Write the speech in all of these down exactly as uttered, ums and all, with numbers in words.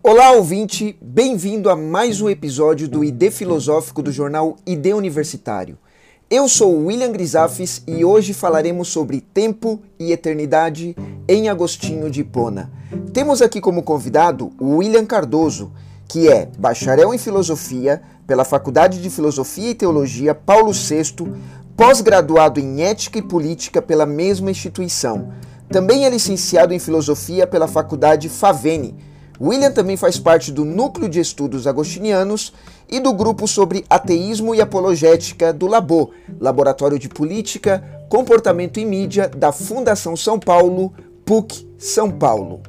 Olá, ouvinte! Bem-vindo a mais um episódio do I D Filosófico do jornal I D Universitário. Eu sou o William Grisafes e hoje falaremos sobre tempo e eternidade em Agostinho de Hipona. Temos aqui como convidado o William Cardoso, que é bacharel em filosofia pela Faculdade de Filosofia e Teologia Paulo sexto, pós-graduado em Ética e Política pela mesma instituição. Também é licenciado em Filosofia pela Faculdade Favene. William também faz parte do Núcleo de Estudos Agostinianos e do grupo sobre ateísmo e apologética do Labo, Laboratório de Política, Comportamento e Mídia da Fundação São Paulo, P U C São Paulo.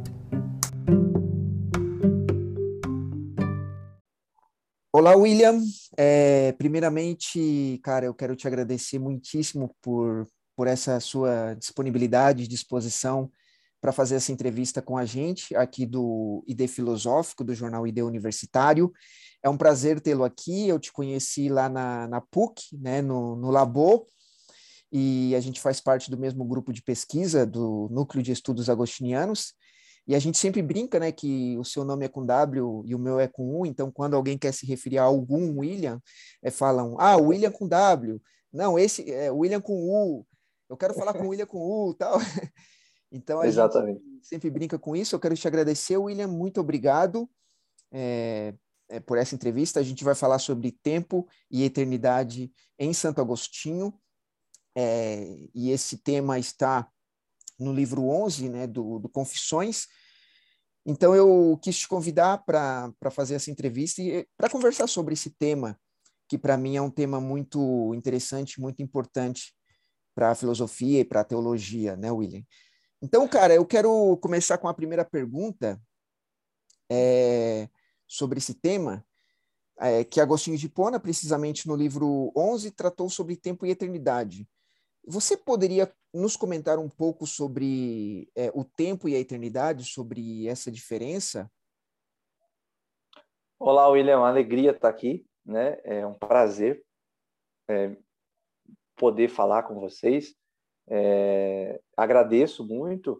Olá, William. É, primeiramente, cara, eu quero te agradecer muitíssimo por, por essa sua disponibilidade e disposição para fazer essa entrevista com a gente aqui do I D Filosófico, do jornal I D Universitário. É um prazer tê-lo aqui. Eu te conheci lá na, na P U C, né, no, no Labo, e a gente faz parte do mesmo grupo de pesquisa do Núcleo de Estudos Agostinianos. E a gente sempre brinca, né, que o seu nome é com W e o meu é com U, então quando alguém quer se referir a algum William, é, falam, ah, William com W. Não, esse é William com U. Eu quero falar com William com U, tal. Então, a gente Exatamente. sempre brinca com isso. Eu quero te agradecer, William. Muito obrigado é, é, por essa entrevista. A gente vai falar sobre tempo e eternidade em Santo Agostinho. É, e esse tema está no livro onze, né, do, do Confissões. Então, eu quis te convidar para fazer essa entrevista e para conversar sobre esse tema, que para mim é um tema muito interessante, muito importante para a filosofia e para a teologia, né, William? Então, cara, eu quero começar com a primeira pergunta é, sobre esse tema, é, que Agostinho de Hipona, precisamente no livro onze, tratou sobre tempo e eternidade. Você poderia nos comentar um pouco sobre é, o tempo e a eternidade, sobre essa diferença? Olá, William, uma alegria estar aqui, né? É um prazer é, poder falar com vocês. É, agradeço muito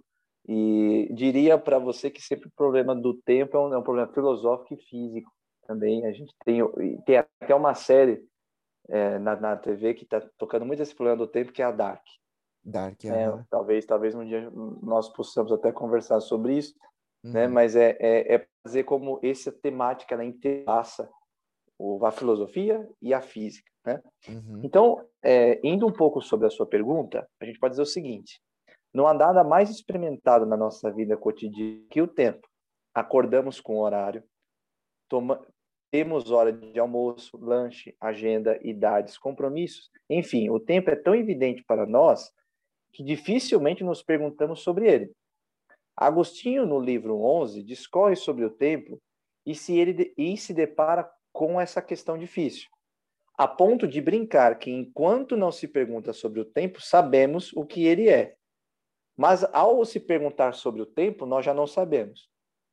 e diria para você que sempre o problema do tempo é um, é um problema filosófico e físico também. A gente tem, tem até uma série é, na, na T V que está tocando muito esse problema do tempo, que é a Dark. Dark, É, aham. talvez, talvez um dia nós possamos até conversar sobre isso, né? Uhum, Mas é, é, é fazer como essa temática ela interlaça a filosofia e a física, né? uhum, Então, é, indo um pouco sobre a sua pergunta, a gente pode dizer o seguinte: não há nada mais experimentado na nossa vida cotidiana que o tempo. Acordamos com horário, toma, temos hora de almoço, lanche, agenda, idades, compromissos. Enfim, o tempo é tão evidente para nós que dificilmente nos perguntamos sobre ele. Agostinho, no livro onze, discorre sobre o tempo e se, ele, e se depara com essa questão difícil, a ponto de brincar que, enquanto não se pergunta sobre o tempo, sabemos o que ele é. Mas, ao se perguntar sobre o tempo, nós já não sabemos.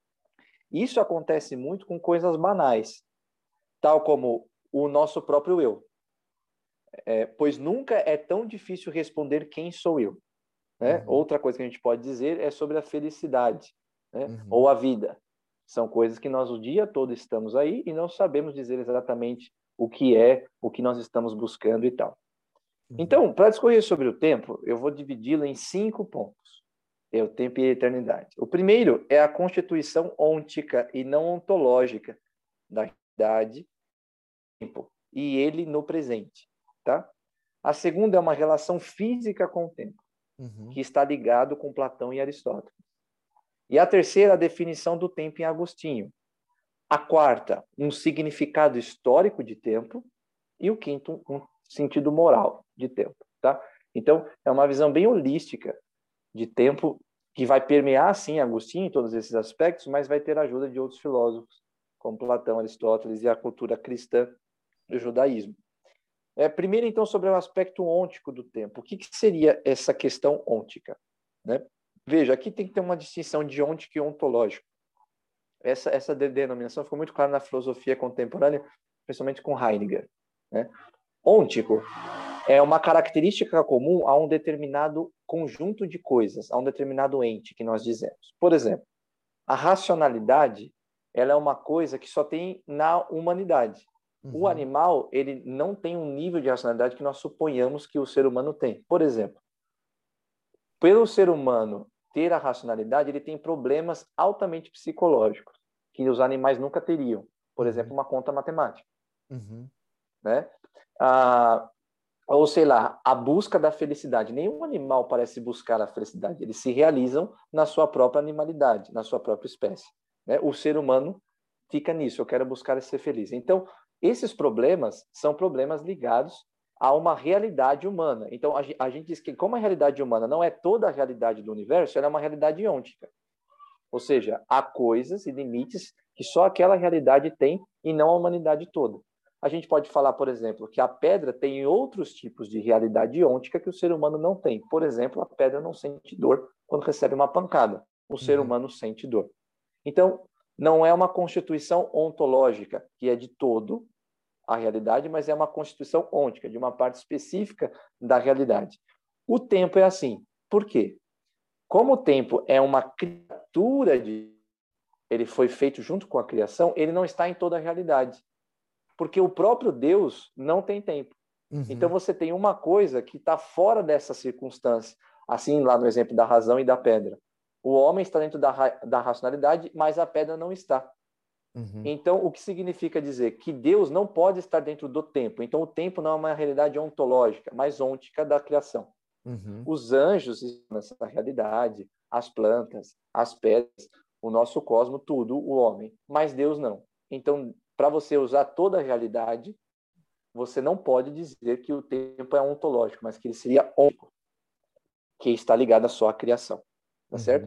Isso acontece muito com coisas banais, tal como o nosso próprio eu. É, pois nunca é tão difícil responder quem sou eu. Né? uhum, Outra coisa que a gente pode dizer é sobre a felicidade, né? uhum, Ou a vida. São coisas que nós o dia todo estamos aí e não sabemos dizer exatamente o que é, o que nós estamos buscando e tal. uhum, Então, para discorrer sobre o tempo, eu vou dividi-lo em cinco pontos. É o tempo e a eternidade. O primeiro é a constituição ôntica e não ontológica da idade e tempo, e ele no presente, tá? A segunda é uma relação física com o tempo, uhum, que está ligado com Platão e Aristóteles. E a terceira, a definição do tempo em Agostinho. A quarta, um significado histórico de tempo. E o quinto, um sentido moral de tempo. Tá? Então, é uma visão bem holística de tempo que vai permear, sim, Agostinho em todos esses aspectos, mas vai ter a ajuda de outros filósofos, como Platão, Aristóteles e a cultura cristã do judaísmo. É, primeiro, então, sobre o aspecto ôntico do tempo. O que, que seria essa questão ôntica? Né? Veja, aqui tem que ter uma distinção de ôntico e ontológico. Essa, essa denominação ficou muito clara na filosofia contemporânea, principalmente com Heidegger. Né? Ôntico é uma característica comum a um determinado conjunto de coisas, a um determinado ente que nós dizemos. Por exemplo, a racionalidade ela é uma coisa que só tem na humanidade. Uhum. O animal, ele não tem um nível de racionalidade que nós suponhamos que o ser humano tem. Por exemplo, pelo ser humano ter a racionalidade, ele tem problemas altamente psicológicos, que os animais nunca teriam. Por uhum. exemplo, uma conta matemática. Uhum. Né? Ah, ou, sei lá, a busca da felicidade. Nenhum animal parece buscar a felicidade. Eles se realizam na sua própria animalidade, na sua própria espécie. Né? O ser humano fica nisso, eu quero buscar ser feliz. Então, esses problemas são problemas ligados a uma realidade humana. Então, a, a gente diz que como a realidade humana não é toda a realidade do universo, ela é uma realidade ôntica. Ou seja, há coisas e limites que só aquela realidade tem e não a humanidade toda. A gente pode falar, por exemplo, que a pedra tem outros tipos de realidade ôntica que o ser humano não tem. Por exemplo, a pedra não sente dor quando recebe uma pancada. O ser Uhum. humano sente dor. Então, não é uma constituição ontológica, que é de todo a realidade, mas é uma constituição ôntica, de uma parte específica da realidade. O tempo é assim. Por quê? Como o tempo é uma criatura de... ele foi feito junto com a criação, ele não está em toda a realidade. Porque o próprio Deus não tem tempo. Uhum. Então você tem uma coisa que está fora dessa circunstância, assim lá no exemplo da razão e da pedra. O homem está dentro da, ra da racionalidade, mas a pedra não está. Uhum. Então, o que significa dizer? Que Deus não pode estar dentro do tempo. Então, o tempo não é uma realidade ontológica, mas ôntica da criação. Uhum. Os anjos estão nessa realidade, as plantas, as pedras, o nosso cosmo, tudo, o homem. Mas Deus não. Então, para você usar toda a realidade, você não pode dizer que o tempo é ontológico, mas que ele seria ôntico, que está ligado só à criação. Tá Uhum. certo?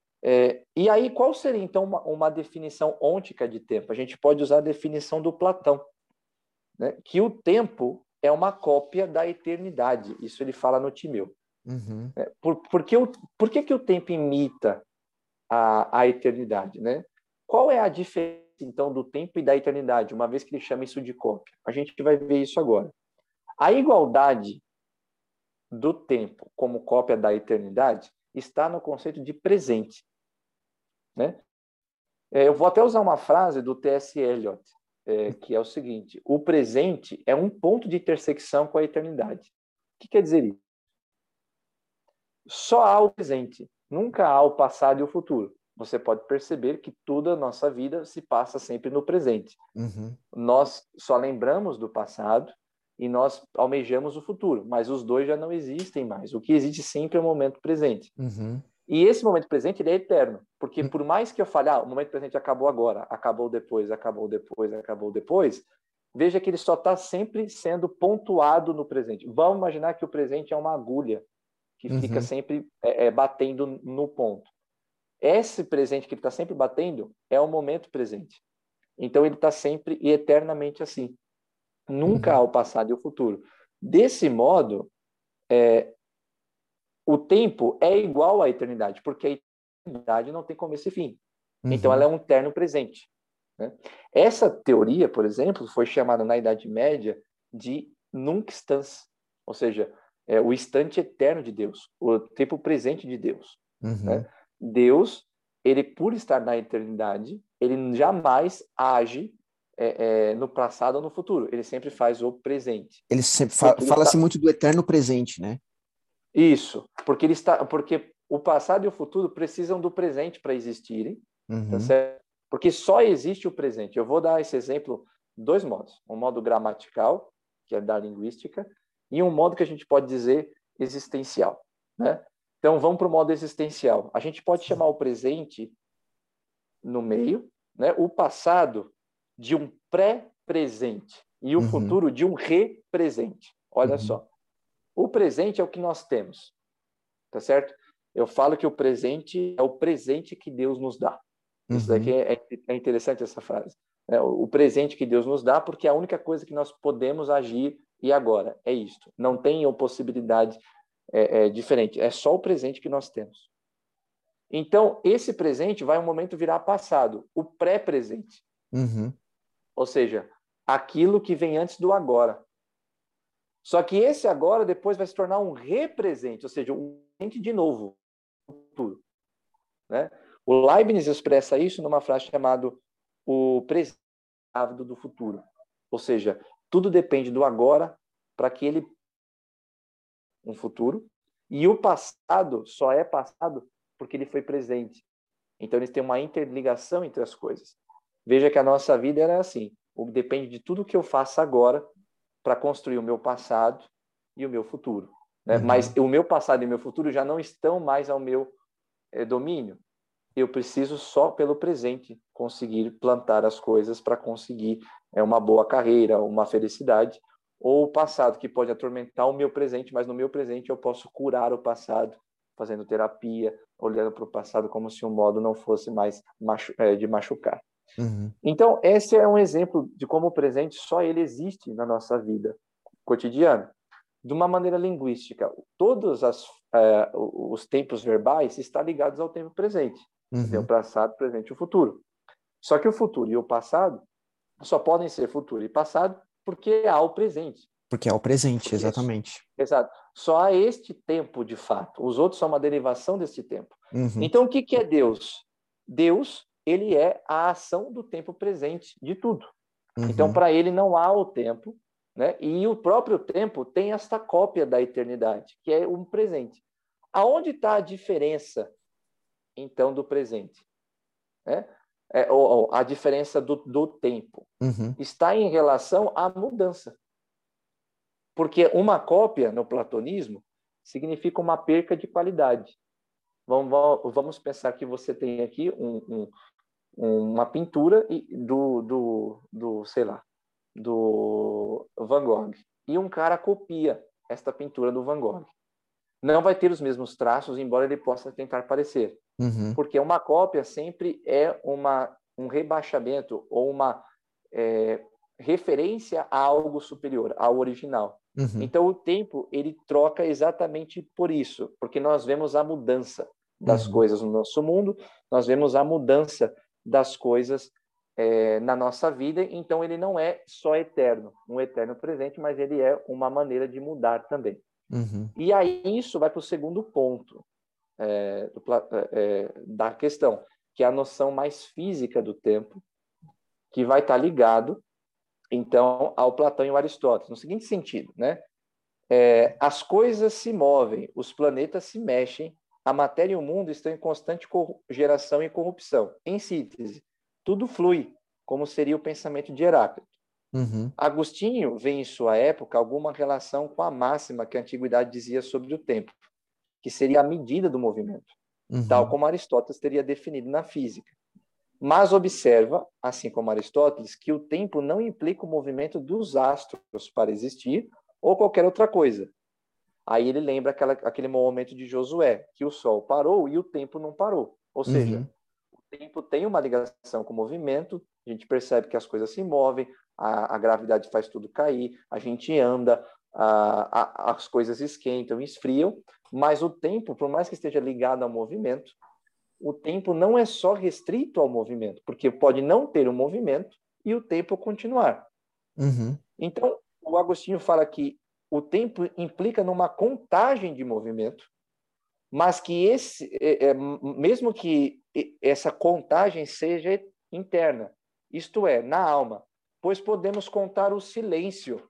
É, e aí, qual seria, então, uma, uma definição ôntica de tempo? A gente pode usar a definição do Platão, né? Que o tempo é uma cópia da eternidade. Isso ele fala no Timeu. Uhum. É, por, por, que o, por que, que o tempo imita a, a eternidade, né? Qual é a diferença, então, do tempo e da eternidade, uma vez que ele chama isso de cópia? A gente vai ver isso agora. A igualdade do tempo como cópia da eternidade está no conceito de presente, né? É, eu vou até usar uma frase do T S Eliot, é, que é o seguinte: o presente é um ponto de intersecção com a eternidade. O que quer dizer isso? Só há o presente, nunca há o passado e o futuro. Você pode perceber que toda a nossa vida se passa sempre no presente. Uhum. Nós só lembramos do passado e nós almejamos o futuro, mas os dois já não existem mais. O que existe sempre é o momento presente. Uhum. E esse momento presente, ele é eterno, porque por mais que eu fale, ah, o momento presente acabou agora, acabou depois, acabou depois, acabou depois, veja que ele só está sempre sendo pontuado no presente. Vamos imaginar que o presente é uma agulha que Uhum. fica sempre é, é, batendo no ponto. Esse presente que ele está sempre batendo é o momento presente. Então, ele está sempre e eternamente assim. Nunca Uhum. há o passado e o futuro. Desse modo, é, o tempo é igual à eternidade, porque a eternidade não tem começo e fim. Uhum. Então, ela é um eterno presente. Né? Essa teoria, por exemplo, foi chamada na Idade Média de nunc stans, ou seja, é o instante eterno de Deus, o tempo presente de Deus. Uhum. Né? Deus, ele por estar na eternidade, ele jamais age é, é, no passado ou no futuro. Ele sempre faz o presente. Ele sempre fa Porque ele fala-se está... muito do eterno presente, né? Isso, porque ele está, porque o passado e o futuro precisam do presente para existirem, Uhum. tá certo? Porque só existe o presente. Eu vou dar esse exemplo dois modos: um modo gramatical, que é da linguística, e um modo que a gente pode dizer existencial, né? Então vamos para o modo existencial. A gente pode chamar o presente no meio, né? O passado de um pré-presente e o Uhum. futuro de um represente. Olha Uhum. só. O presente é o que nós temos, tá certo? Eu falo que o presente é o presente que Deus nos dá. Isso daqui Uhum. é, é interessante, essa frase. É o presente que Deus nos dá, porque é a única coisa que nós podemos agir e agora é isto. Não tem possibilidade é, é, diferente. É só o presente que nós temos. Então, esse presente vai um momento virar passado, o pré-presente. Uhum. Ou seja, aquilo que vem antes do agora. Só que esse agora depois vai se tornar um represente, ou seja, um presente de novo, futuro, né? O Leibniz expressa isso numa frase chamada o presente do futuro. Ou seja, tudo depende do agora para que ele um futuro, e o passado só é passado porque ele foi presente. Então, eles têm uma interligação entre as coisas. Veja que a nossa vida era assim, depende de tudo que eu faço agora para construir o meu passado e o meu futuro. Né? Uhum. Mas o meu passado e o meu futuro já não estão mais ao meu é, domínio. Eu preciso só pelo presente conseguir plantar as coisas para conseguir é, uma boa carreira, uma felicidade, ou o passado que pode atormentar o meu presente, mas no meu presente eu posso curar o passado, fazendo terapia, olhando para o passado como se o modo não fosse mais machu- é, de machucar. Uhum. Então, esse é um exemplo de como o presente só ele existe na nossa vida cotidiana. De uma maneira linguística, todos as, é, os tempos verbais estão ligados ao tempo presente. Uhum. Tem o passado, presente e o futuro. Só que o futuro e o passado só podem ser futuro e passado porque há o presente. Porque é o presente, porque exatamente. É, exato. Só há este tempo, de fato. Os outros são uma derivação deste tempo. Uhum. Então, o que, que é Deus? Deus, ele é a ação do tempo presente de tudo. Uhum. Então, para ele não há o tempo, né? E o próprio tempo tem esta cópia da eternidade, que é um presente. Aonde está a diferença, então, do presente? Né? É, ou, ou, a diferença do, do tempo uhum. está em relação à mudança. Porque uma cópia, no platonismo, significa uma perca de qualidade. Vamos, vamos pensar que você tem aqui um, um, uma pintura do, do, do, sei lá, do Van Gogh. E um cara copia esta pintura do Van Gogh. Não vai ter os mesmos traços, embora ele possa tentar parecer. Uhum. Porque uma cópia sempre é uma, um rebaixamento ou uma é, referência a algo superior, ao original. Uhum. Então, o tempo, ele troca exatamente por isso, porque nós vemos a mudança das uhum. coisas no nosso mundo, nós vemos a mudança das coisas é, na nossa vida, então ele não é só eterno, um eterno presente, mas ele é uma maneira de mudar também. Uhum. E aí isso vai para o segundo ponto é, do, é, da questão, que é a noção mais física do tempo, que vai estar ligado, então, ao Platão e ao Aristóteles, no seguinte sentido, né? É, as coisas se movem, os planetas se mexem, a matéria e o mundo estão em constante geração e corrupção. Em síntese, tudo flui, como seria o pensamento de Heráclito. Uhum. Agostinho vê em sua época alguma relação com a máxima que a antiguidade dizia sobre o tempo, que seria a medida do movimento, uhum. tal como Aristóteles teria definido na física. Mas observa, assim como Aristóteles, que o tempo não implica o movimento dos astros para existir ou qualquer outra coisa. Aí ele lembra aquela, aquele momento de Josué, que o sol parou e o tempo não parou. Ou seja, uhum. o tempo tem uma ligação com o movimento, a gente percebe que as coisas se movem, a, a gravidade faz tudo cair, a gente anda, a, a, as coisas esquentam, esfriam, mas o tempo, por mais que esteja ligado ao movimento, o tempo não é só restrito ao movimento, porque pode não ter o movimento e o tempo continuar. Uhum. Então, o Agostinho fala que o tempo implica numa contagem de movimento, mas que esse, é, é, mesmo que essa contagem seja interna, isto é, na alma, pois podemos contar o silêncio.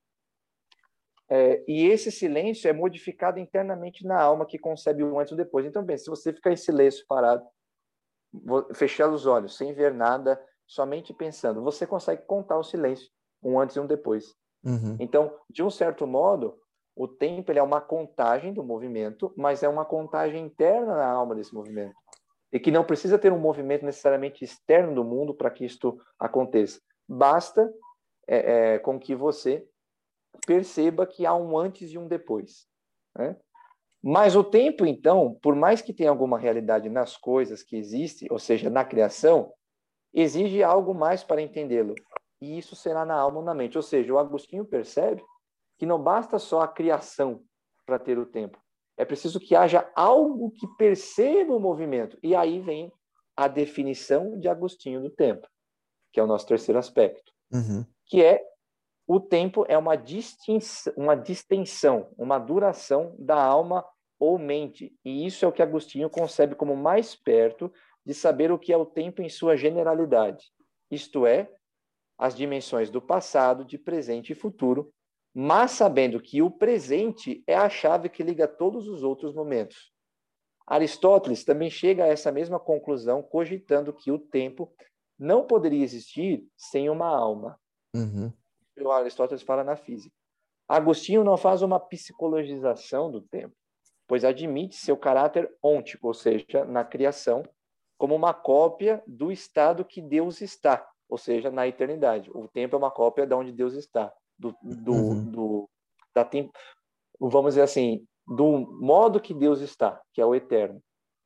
É, e esse silêncio é modificado internamente na alma, que concebe o antes e o depois. Então, bem, se você ficar em silêncio, parado, fechar os olhos, sem ver nada, somente pensando, você consegue contar o silêncio, um antes e um depois. Uhum. Então, de um certo modo, o tempo ele é uma contagem do movimento, mas é uma contagem interna na alma desse movimento. E que não precisa ter um movimento necessariamente externo do mundo para que isto aconteça. Basta é, é, com que você perceba que há um antes e um depois. Né? Mas o tempo, então, por mais que tenha alguma realidade nas coisas que existem, ou seja, na criação, exige algo mais para entendê-lo. E isso será na alma ou na mente. Ou seja, o Agostinho percebe que não basta só a criação para ter o tempo. É preciso que haja algo que perceba o movimento. E aí vem a definição de Agostinho do tempo, que é o nosso terceiro aspecto, uhum. que é o tempo é uma distinção, uma distensão, uma duração da alma ou mente. E isso é o que Agostinho concebe como mais perto de saber o que é o tempo em sua generalidade. isto é, as dimensões do passado, de presente e futuro, mas sabendo que o presente é a chave que liga todos os outros momentos. Aristóteles também chega a essa mesma conclusão, cogitando que o tempo não poderia existir sem uma alma. Uhum. O Aristóteles fala na física. Agostinho não faz uma psicologização do tempo, pois admite seu caráter ôntico, ou seja, na criação, como uma cópia do estado que Deus está, ou seja, na eternidade. O tempo é uma cópia de onde Deus está, do, do, Uhum. do da tempo, vamos dizer assim, do modo que Deus está, que é o eterno.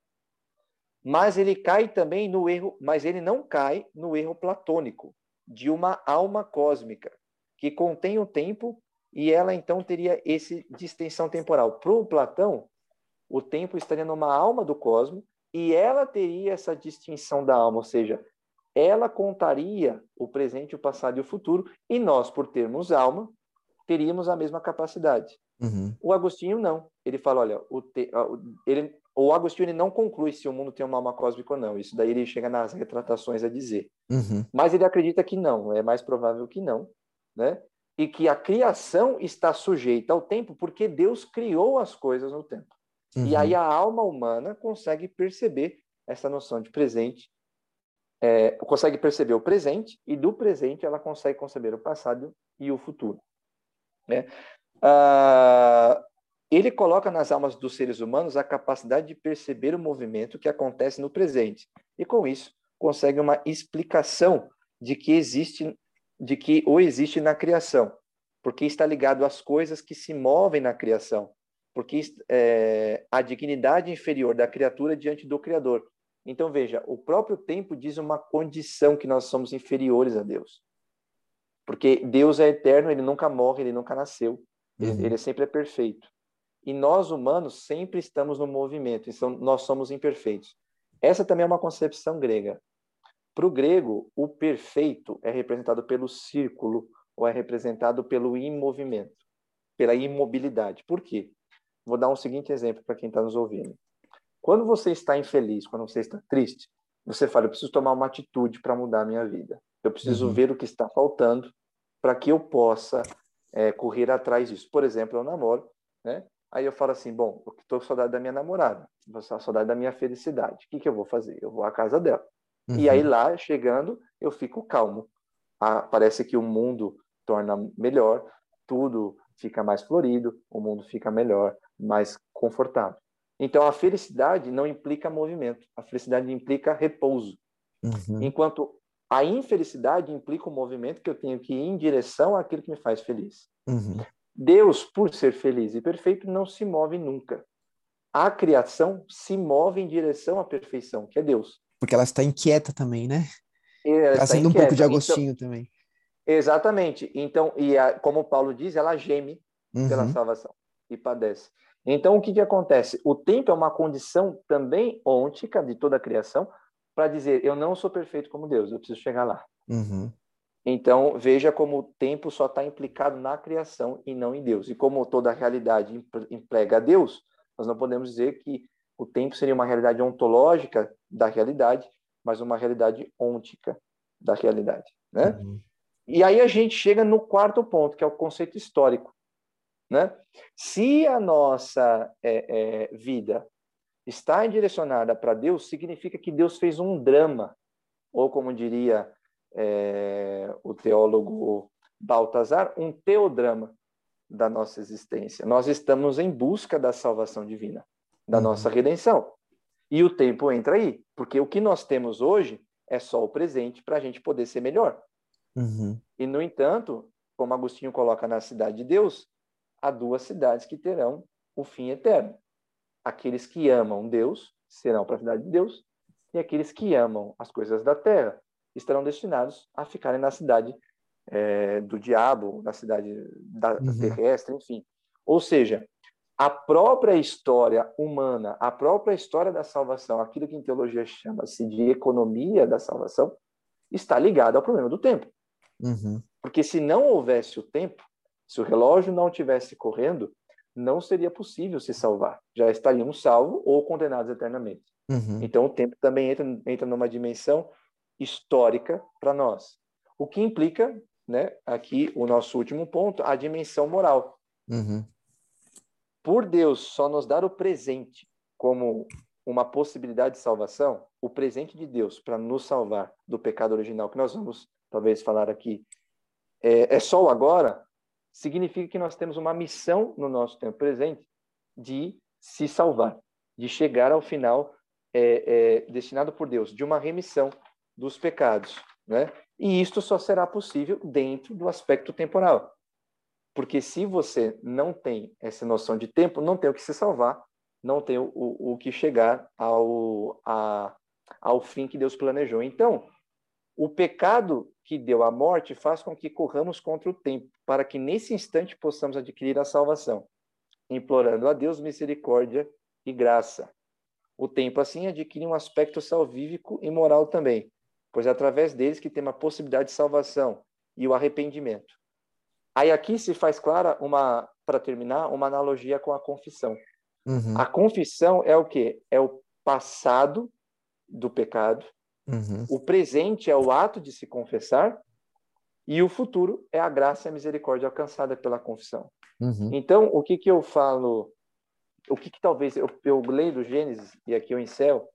Mas ele cai também no erro, mas ele não cai no erro platônico de uma alma cósmica que contém o tempo e ela então teria essa distensão temporal. Para o Platão, o tempo estaria numa alma do cosmos e ela teria essa distinção da alma, ou seja, ela contaria o presente, o passado e o futuro, e nós, por termos alma, teríamos a mesma capacidade. Uhum. O Agostinho não. Ele fala, olha, o, te, ele, o Agostinho ele não conclui se o mundo tem uma alma cósmica ou não. Isso daí ele chega nas retratações a dizer. Uhum. Mas ele acredita que não, é mais provável que não, né? E que a criação está sujeita ao tempo porque Deus criou as coisas no tempo. Uhum. E aí a alma humana consegue perceber essa noção de presente, é, consegue perceber o presente, e do presente ela consegue conceber o passado e o futuro, né? Ah, ele coloca nas almas dos seres humanos a capacidade de perceber o movimento que acontece no presente. E com isso, consegue uma explicação de que existe, de que o existe na criação. Porque está ligado às coisas que se movem na criação. Porque é, a dignidade inferior da criatura diante do Criador. Então, veja, o próprio tempo diz uma condição que nós somos inferiores a Deus. Porque Deus é eterno, ele nunca morre, ele nunca nasceu. Ele, Uhum. ele sempre é perfeito. E nós, humanos, sempre estamos no movimento. Então, nós somos imperfeitos. Essa também é uma concepção grega. Para o grego, o perfeito é representado pelo círculo ou é representado pelo imovimento, pela imobilidade. Por quê? Vou dar um seguinte exemplo para quem está nos ouvindo. Quando você está infeliz, quando você está triste, você fala, eu preciso tomar uma atitude para mudar a minha vida. Eu preciso Uhum. ver o que está faltando para que eu possa é, correr atrás disso. Por exemplo, eu namoro, né? Aí eu falo assim, bom, eu estou com saudade da minha namorada, estou com saudade da minha felicidade. O que, que eu vou fazer? Eu vou à casa dela. Uhum. E aí lá, chegando, eu fico calmo. Ah, parece que o mundo torna melhor, tudo fica mais florido, o mundo fica melhor, mais confortável. Então, a felicidade não implica movimento, a felicidade implica repouso. Uhum. Enquanto a infelicidade implica o movimento que eu tenho que ir em direção àquilo que me faz feliz. Uhum. Deus, por ser feliz e perfeito, não se move nunca. A criação se move em direção à perfeição, que é Deus. Porque ela está inquieta também, né? E ela está Trazendo um pouco de inquieta. Então, Agostinho também. exatamente. Então, e a, como Paulo diz, ela geme pela Uhum. salvação e padece. Então, o que, que acontece? O tempo é uma condição também ôntica de toda a criação para dizer, eu não sou perfeito como Deus, eu preciso chegar lá. Uhum. Então, veja como o tempo só está implicado na criação e não em Deus. E como toda a realidade emprega a Deus, nós não podemos dizer que o tempo seria uma realidade ontológica da realidade, mas uma realidade ôntica da realidade, né? Uhum. E aí a gente chega no quarto ponto, que é o conceito histórico, né? Se a nossa é, é, vida está direcionada para Deus, significa que Deus fez um drama, ou como diria é, o teólogo Baltazar, um teodrama da nossa existência. Nós estamos em busca da salvação divina, da nossa Uhum. redenção. E o tempo entra aí, porque o que nós temos hoje é só o presente para a gente poder ser melhor. Uhum. E, no entanto, como Agostinho coloca na Cidade de Deus, há duas cidades que terão o fim eterno. Aqueles que amam Deus serão para a cidade de Deus, e aqueles que amam as coisas da terra estarão destinados a ficarem na cidade é, do diabo, na cidade da, Uhum. terrestre, enfim. Ou seja, a própria história humana, a própria história da salvação, aquilo que em teologia chama-se de economia da salvação, está ligada ao problema do tempo. Uhum. Porque se não houvesse o tempo, se o relógio não estivesse correndo, não seria possível se salvar. Já estaríamos salvos ou condenados eternamente. Uhum. Então o tempo também entra, entra numa dimensão histórica para nós. O que implica, né, aqui o nosso último ponto, a dimensão moral. Uhum. Por Deus só nos dar o presente como uma possibilidade de salvação, o presente de Deus para nos salvar do pecado original, que nós vamos talvez falar aqui, é, é só o agora, significa que nós temos uma missão no nosso tempo presente de se salvar, de chegar ao final é, é, destinado por Deus, de uma remissão dos pecados, né? E isto só será possível dentro do aspecto temporal. Porque se você não tem essa noção de tempo, não tem o que se salvar, não tem o, o, o que chegar ao, a, ao fim que Deus planejou. Então, o pecado que deu a morte faz com que corramos contra o tempo, para que nesse instante possamos adquirir a salvação, implorando a Deus misericórdia e graça. O tempo, assim, adquire um aspecto salvífico e moral também, pois é através deles que tem uma possibilidade de salvação e o arrependimento. Aí aqui se faz clara, uma, para terminar, uma analogia com a confissão. Uhum. A confissão é o quê? É o passado do pecado, Uhum. o presente é o ato de se confessar e o futuro é a graça e a misericórdia alcançada pela confissão. Uhum. Então, o que que eu falo, o que que talvez, eu, eu leio do Gênesis, e aqui eu encerro,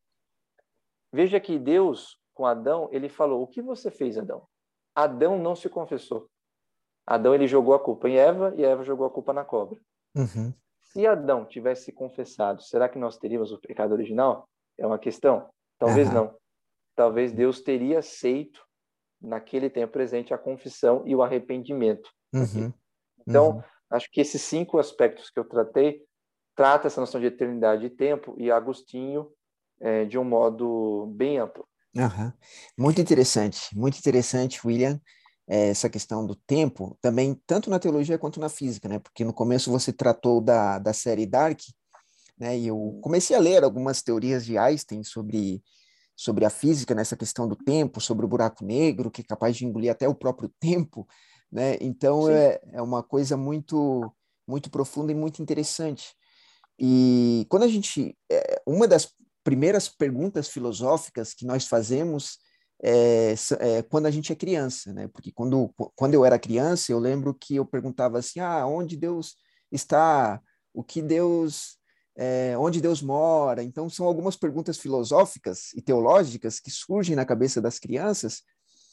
veja que Deus, com Adão, ele falou, o que você fez, Adão? Adão não se confessou. Adão ele jogou a culpa em Eva e Eva jogou a culpa na cobra. Uhum. Se Adão tivesse se confessado, será que nós teríamos o pecado original? É uma questão? Talvez Aham. não. Talvez Deus teria aceito, naquele tempo presente, a confissão e o arrependimento. Uhum. Então, Uhum. acho que esses cinco aspectos que eu tratei, trata essa noção de eternidade e tempo, e Agostinho, é, de um modo bem amplo. Aham. Muito interessante, muito interessante, William, eh, essa questão do tempo, também tanto na teologia quanto na física, né? Porque no começo você tratou da, da série Dark, né? E eu comecei a ler algumas teorias de Einstein sobre, sobre a física, nessa questão do tempo, sobre o buraco negro, que é capaz de engolir até o próprio tempo, né? Então Sim. é, é uma coisa muito, muito profunda e muito interessante. E quando a gente, é, uma das primeiras perguntas filosóficas que nós fazemos é, s- é quando a gente é criança, né? Porque quando, quando eu era criança, eu lembro que eu perguntava assim, ah, onde Deus está? O que Deus, é, onde Deus mora? Então, são algumas perguntas filosóficas e teológicas que surgem na cabeça das crianças,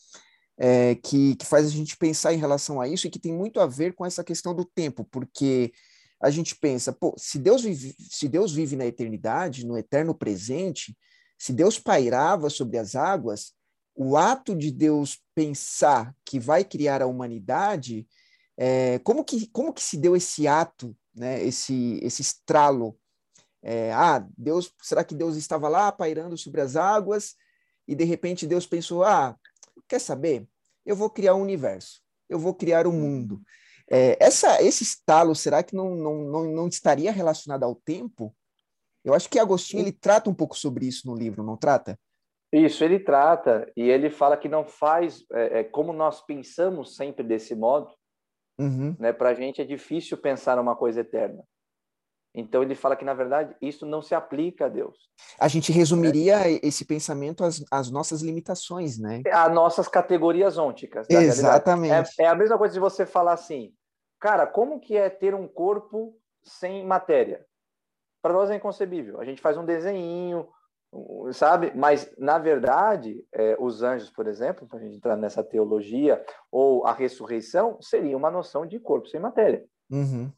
é, que, que faz a gente pensar em relação a isso e que tem muito a ver com essa questão do tempo, porque a gente pensa, pô, se Deus vive, se Deus vive na eternidade, no eterno presente, se Deus pairava sobre as águas, o ato de Deus pensar que vai criar a humanidade, é, como que, como que se deu esse ato, né, esse, esse estralo? É, ah, Deus, será que Deus estava lá pairando sobre as águas e de repente Deus pensou, ah, quer saber? Eu vou criar um universo, eu vou criar um mundo. É, essa, esse estalo, será que não, não, não, não estaria relacionado ao tempo? Eu acho que Agostinho ele trata um pouco sobre isso no livro, não trata? Isso, ele trata, e ele fala que não faz, é, é, como nós pensamos sempre desse modo, Uhum. né, para a gente é difícil pensar uma coisa eterna. Então ele fala que, na verdade, isso não se aplica a Deus, A gente né? resumiria esse pensamento às, às nossas limitações, né? A nossas categorias ônticas da realidade. É, Exatamente. é a mesma coisa de você falar assim, cara, como que é ter um corpo sem matéria? Para nós é inconcebível. A gente faz um desenho, sabe? Mas, na verdade, é, os anjos, por exemplo, para a gente entrar nessa teologia, ou a ressurreição, seria uma noção de corpo sem matéria. Uhum.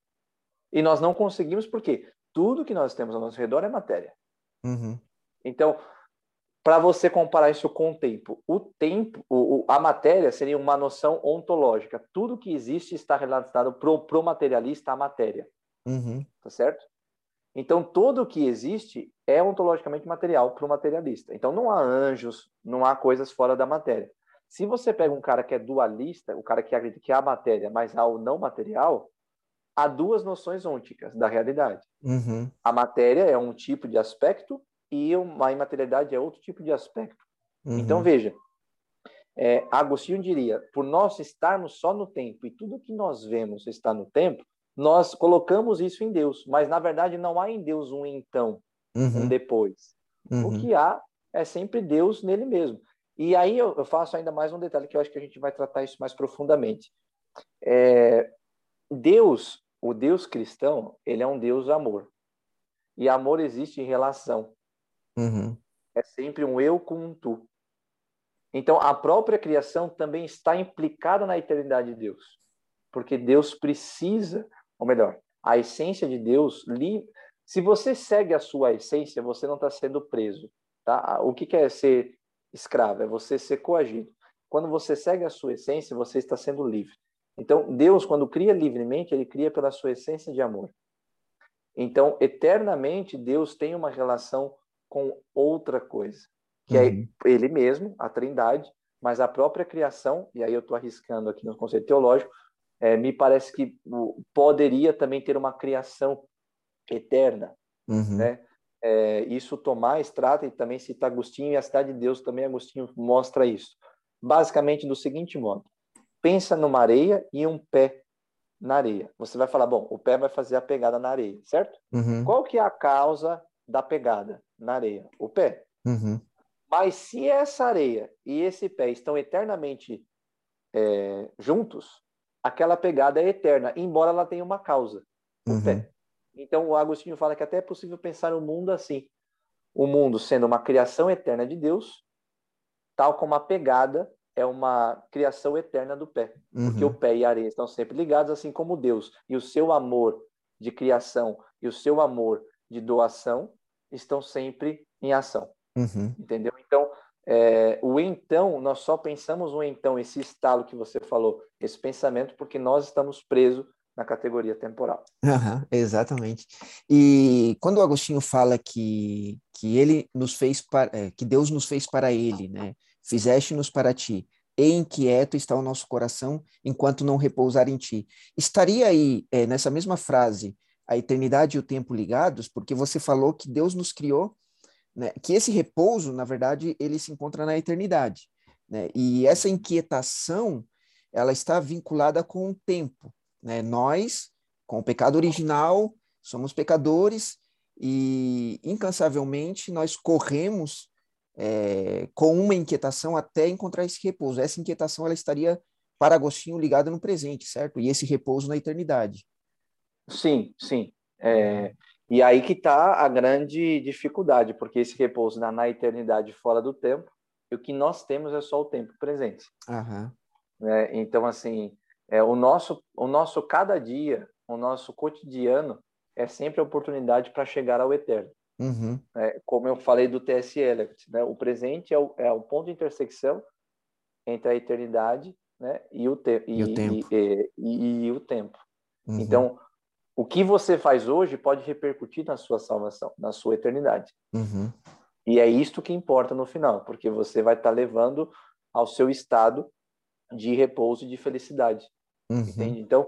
E nós não conseguimos porque tudo que nós temos ao nosso redor é matéria. Uhum. Então, para você comparar isso com o tempo, o tempo, o, a matéria seria uma noção ontológica. Tudo que existe está relacionado para o materialista à matéria. Uhum. Tá certo? Então, tudo que existe é ontologicamente material para o materialista. Então, não há anjos, não há coisas fora da matéria. Se você pega um cara que é dualista, o cara que acredita que há matéria, mas há o não material, há duas noções ônticas da realidade. Uhum. A matéria é um tipo de aspecto e a imaterialidade é outro tipo de aspecto. Então, Uhum. veja, é, Agostinho diria, por nós estarmos só no tempo e tudo que nós vemos está no tempo, nós colocamos isso em Deus, mas na verdade não há em Deus um então, um Uhum. depois. O Uhum. que há é sempre Deus nele mesmo. E aí eu, eu faço ainda mais um detalhe que eu acho que a gente vai tratar isso mais profundamente. É, Deus, o Deus cristão, ele é um Deus amor. E amor existe em relação. Uhum. É sempre um eu com um tu. Então, a própria criação também está implicada na eternidade de Deus. Porque Deus precisa, ou melhor, a essência de Deus, se você segue a sua essência, você não está sendo preso. Tá? O que é ser escravo? É você ser coagido. Quando você segue a sua essência, você está sendo livre. Então, Deus, quando cria livremente, ele cria pela sua essência de amor. Então, eternamente, Deus tem uma relação com outra coisa, que Uhum. é ele mesmo, a Trindade, mas a própria criação, e aí eu estou arriscando aqui no conceito teológico, é, me parece que poderia também ter uma criação eterna, Uhum. né? É, isso Tomás trata e também cita Agostinho, e a Cidade de Deus também, Agostinho mostra isso. Basicamente do seguinte modo: pensa numa areia e um pé na areia. Você vai falar, bom, o pé vai fazer a pegada na areia, certo? Uhum. Qual que é a causa da pegada na areia? O pé. Uhum. Mas se essa areia e esse pé estão eternamente é, juntos, aquela pegada é eterna, embora ela tenha uma causa, o Uhum. pé. Então, o Agostinho fala que até é possível pensar o mundo assim. O mundo sendo uma criação eterna de Deus, tal como a pegada é uma criação eterna do pé. Porque o Uhum. pé e a areia estão sempre ligados, assim como Deus. E o seu amor de criação e o seu amor de doação estão sempre em ação. Uhum. Entendeu? Então, é, o então, nós só pensamos o então, esse estalo que você falou, esse pensamento, porque nós estamos presos na categoria temporal. Aham, exatamente. E quando o Agostinho fala que, que ele nos fez para, é, que Deus nos fez para ele, né? Fizeste-nos para ti, e inquieto está o nosso coração enquanto não repousar em ti. Estaria aí, é, nessa mesma frase, a eternidade e o tempo ligados, porque você falou que Deus nos criou, né? Que esse repouso, na verdade, ele se encontra na eternidade, né? E essa inquietação, ela está vinculada com o tempo, né? Nós, com o pecado original, somos pecadores e incansavelmente nós corremos é, com uma inquietação até encontrar esse repouso. Essa inquietação ela estaria para Agostinho ligada no presente, certo? E esse repouso na eternidade. Sim, sim. É, e aí que está a grande dificuldade, porque esse repouso na, na eternidade fora do tempo, e o que nós temos é só o tempo presente. Aham. Né? Então, assim, é, o nosso, o nosso cada dia, o nosso cotidiano é sempre a oportunidade para chegar ao eterno. Uhum. Né? Como eu falei do T S. Eliot, né? O presente é o, é o ponto de intersecção entre a eternidade, né? e, o te E o e, tempo. e, e, e o tempo. Uhum. Então, o que você faz hoje pode repercutir na sua salvação, na sua eternidade. Uhum. E é isto que importa no final, porque você vai estar levando ao seu estado de repouso e de felicidade. Uhum. Entende? Então,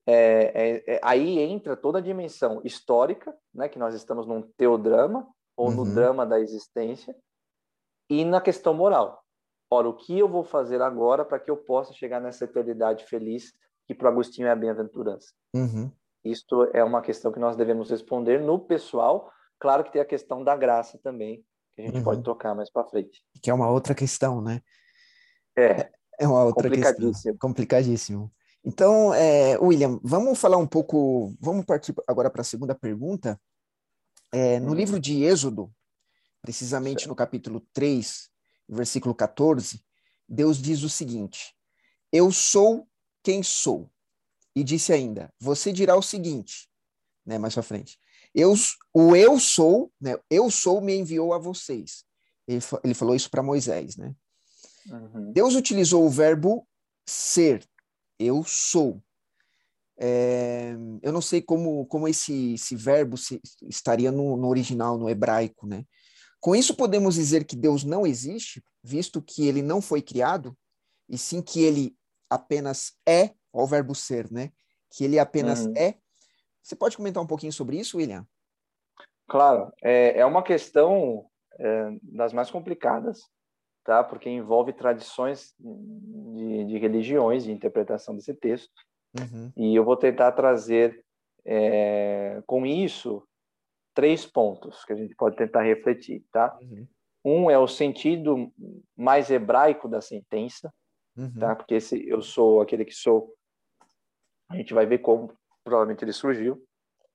é, é, é, aí entra toda a dimensão histórica, né, que nós estamos num teodrama, ou no Uhum. drama da existência, e na questão moral. Ora, o que eu vou fazer agora para que eu possa chegar nessa eternidade feliz, que para Agostinho é a bem-aventurança? Uhum. Isto é uma questão que nós devemos responder no pessoal. Claro que tem a questão da graça também, que a gente pode Uhum. tocar mais para frente. Que é uma outra questão, né? É, É uma outra questão, complicadíssimo. complicadíssimo. Então, é, William, vamos falar um pouco, vamos partir agora para a segunda pergunta. É, no livro Uhum, de Êxodo, precisamente no certo. capítulo três, versículo quatorze, Deus diz o seguinte: Eu sou quem sou. E disse ainda: Você dirá o seguinte, né, mais para frente. Eu, o eu sou, né, eu sou me enviou a vocês. Ele, ele falou isso para Moisés, né? Uhum, Deus utilizou o verbo ser, eu sou. É, eu não sei como, como esse, esse verbo se, estaria no, no original, no hebraico, né? Com isso, podemos dizer que Deus não existe, visto que ele não foi criado, e sim que ele apenas é, ó, o verbo ser, né? Que ele apenas uhum. é. Você pode comentar um pouquinho sobre isso, William? Claro, é, é uma questão é, das mais complicadas, tá? Porque envolve tradições de, de religiões, de interpretação desse texto. Uhum, E eu vou tentar trazer, é, com isso, três pontos que a gente pode tentar refletir, tá? uhum, Um é o sentido mais hebraico da sentença, Uhum. tá? Porque esse eu sou aquele que sou, a gente vai ver como provavelmente ele surgiu.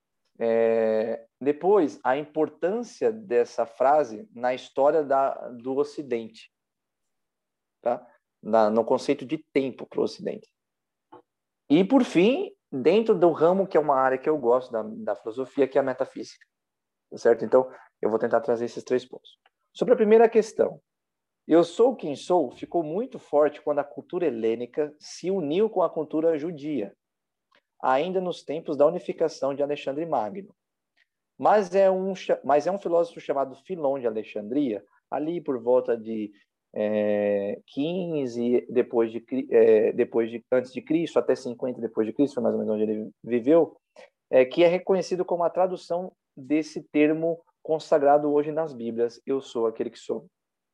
É, depois, a importância dessa frase na história da, do Ocidente, tá? Na, no conceito de tempo para o Ocidente. E, por fim, dentro do ramo que é uma área que eu gosto da, da filosofia, que é a metafísica, certo? Então, eu vou tentar trazer esses três pontos. Sobre a primeira questão, eu sou quem sou ficou muito forte quando a cultura helênica se uniu com a cultura judia, ainda nos tempos da unificação de Alexandre Magno. Mas é um, mas é um filósofo chamado Filon de Alexandria, ali por volta de é, quinze depois de, é, depois de antes de Cristo até cinquenta depois de Cristo, foi mais ou menos onde ele viveu, é, que é reconhecido como a tradução desse termo consagrado hoje nas Bíblias, eu sou aquele que sou.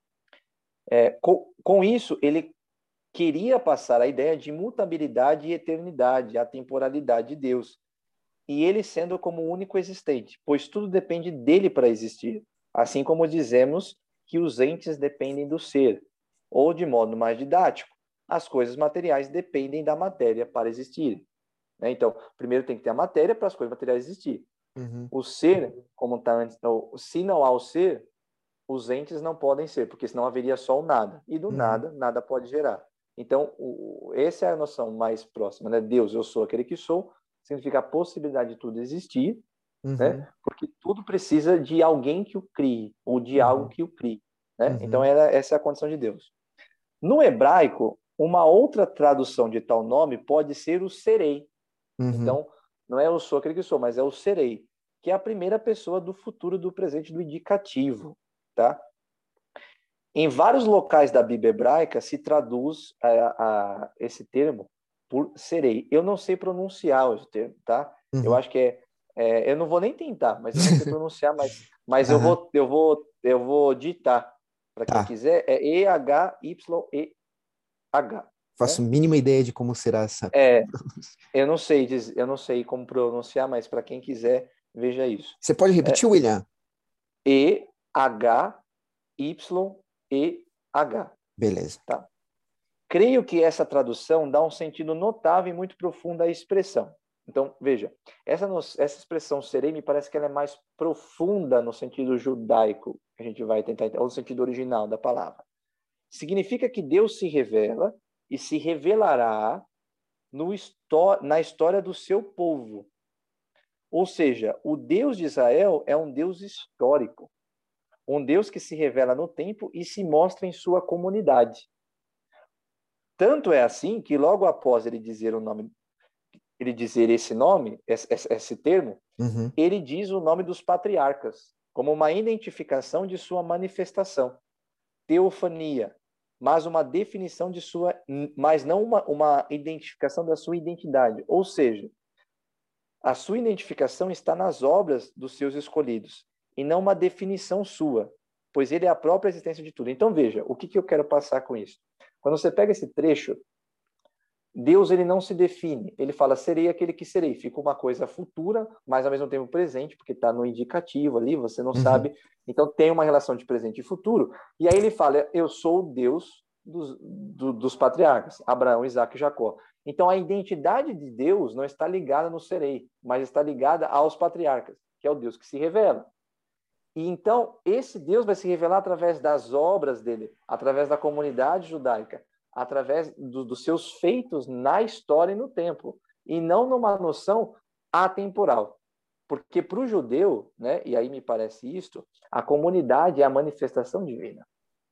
É, com, com isso, ele queria passar a ideia de mutabilidade e eternidade, a temporalidade de Deus, e ele sendo como o único existente, pois tudo depende dele para existir, assim como dizemos que os entes dependem do ser, ou de modo mais didático, as coisas materiais dependem da matéria para existirem. Então, primeiro tem que ter a matéria para as coisas materiais existirem. Uhum. O ser, como está antes, se não há o ser, os entes não podem ser, porque senão haveria só o nada, e do Uhum. nada, nada pode gerar. Então, o, essa é a noção mais próxima, né? Deus, eu sou aquele que sou, significa a possibilidade de tudo existir, Uhum. né? Porque tudo precisa de alguém que o crie, ou de Uhum. algo que o crie, né? Uhum. Então, era, essa é a condição de Deus. No hebraico, uma outra tradução de tal nome pode ser o serei. Uhum. Então, não é eu sou aquele que sou, mas é o serei, que é a primeira pessoa do futuro, do presente, do indicativo, tá? Em vários locais da Bíblia hebraica se traduz a, a, esse termo por serei. Eu não sei pronunciar esse termo, tá? Uhum. Eu acho que é, é, eu não vou nem tentar, mas eu não sei pronunciar, mas, mas Uhum. eu vou, eu vou, eu vou ditar para quem Tá. quiser. É E H Y E H. Faço a Né? mínima ideia de como será essa. É, eu não sei, eu não sei como pronunciar, mas para quem quiser veja isso. Você pode repetir, É, William? E H Y E H. Beleza. Tá? Creio que essa tradução dá um sentido notável e muito profundo à expressão. Então, veja, essa, essa expressão serei me parece que ela é mais profunda no sentido judaico, que a gente vai tentar, ou no sentido original da palavra. Significa que Deus se revela e se revelará no, na história do seu povo. Ou seja, o Deus de Israel é um Deus histórico, um Deus que se revela no tempo e se mostra em sua comunidade. Tanto é assim que logo após ele dizer o nome, ele dizer esse nome, esse, esse termo, uhum. ele diz o nome dos patriarcas, como uma identificação de sua manifestação, teofania, mas uma definição de sua, mas não uma, uma identificação da sua identidade. Ou seja, a sua identificação está nas obras dos seus escolhidos, e não uma definição sua, pois ele é a própria existência de tudo. Então, veja, o que, que eu quero passar com isso? Quando você pega esse trecho, Deus ele não se define. Ele fala, serei aquele que serei. Fica uma coisa futura, mas ao mesmo tempo presente, porque está no indicativo ali, você não uhum. sabe. Então, tem uma relação de presente e futuro. E aí ele fala, eu sou o Deus dos, do, dos patriarcas, Abraão, Isaac e Jacó. Então, a identidade de Deus não está ligada no serei, mas está ligada aos patriarcas, que é o Deus que se revela. E então, esse Deus vai se revelar através das obras dele, através da comunidade judaica, através do, dos seus feitos na história e no tempo, e não numa noção atemporal. Porque para o judeu, né, e aí me parece isto, a comunidade é a manifestação divina.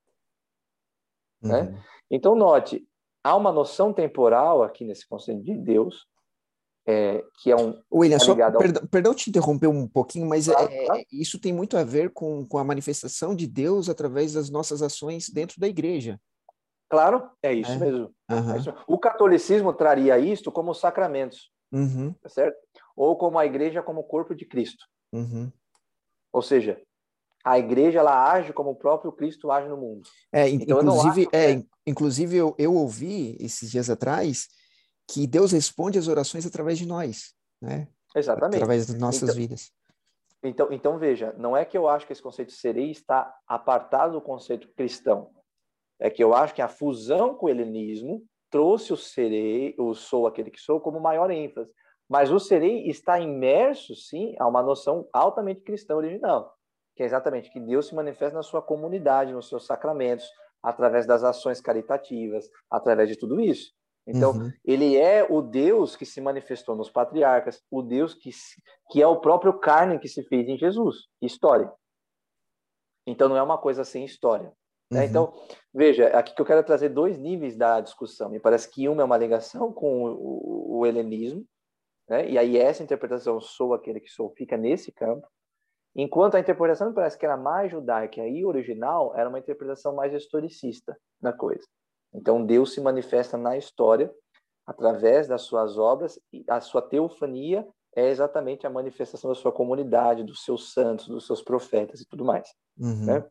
Uhum. Né? Então, note, há uma noção temporal aqui nesse conceito de Deus, É, que é um... William, tá só, ao... perdão, perdão te interromper um pouquinho, mas claro, é, claro. isso tem muito a ver com, com a manifestação de Deus através das nossas ações dentro da igreja. Claro, é isso é. mesmo. Uhum. É isso. O catolicismo traria isto como sacramentos, uhum. tá certo? Ou como a igreja como corpo de Cristo. Uhum. Ou seja, a igreja ela age como o próprio Cristo age no mundo. É, então, inclusive, eu não acho é, que... inclusive eu, eu ouvi esses dias atrás que Deus responde as orações através de nós, né? Exatamente. Através das nossas então, vidas. Então, então, veja, não é que eu acho que esse conceito serei está apartado do conceito cristão. É que eu acho que a fusão com o helenismo trouxe o serei, o sou aquele que sou, como maior ênfase. Mas o serei está imerso, sim, a uma noção altamente cristã original, que é exatamente que Deus se manifesta na sua comunidade, nos seus sacramentos, através das ações caritativas, através de tudo isso. Então, Uhum. ele é o Deus que se manifestou nos patriarcas, o Deus que, que é o próprio carne que se fez em Jesus. História. Então, não é uma coisa sem história. Né? Uhum. Então, veja, aqui que eu quero trazer dois níveis da discussão. Me parece que uma é uma ligação com o, o helenismo, né? E aí essa interpretação, sou aquele que sou, fica nesse campo. Enquanto a interpretação me parece que era mais judaica e original, era uma interpretação mais historicista da coisa. Então, Deus se manifesta na história, através das suas obras, e a sua teofania é exatamente a manifestação da sua comunidade, dos seus santos, dos seus profetas e tudo mais. Uhum. Né?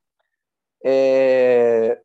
É...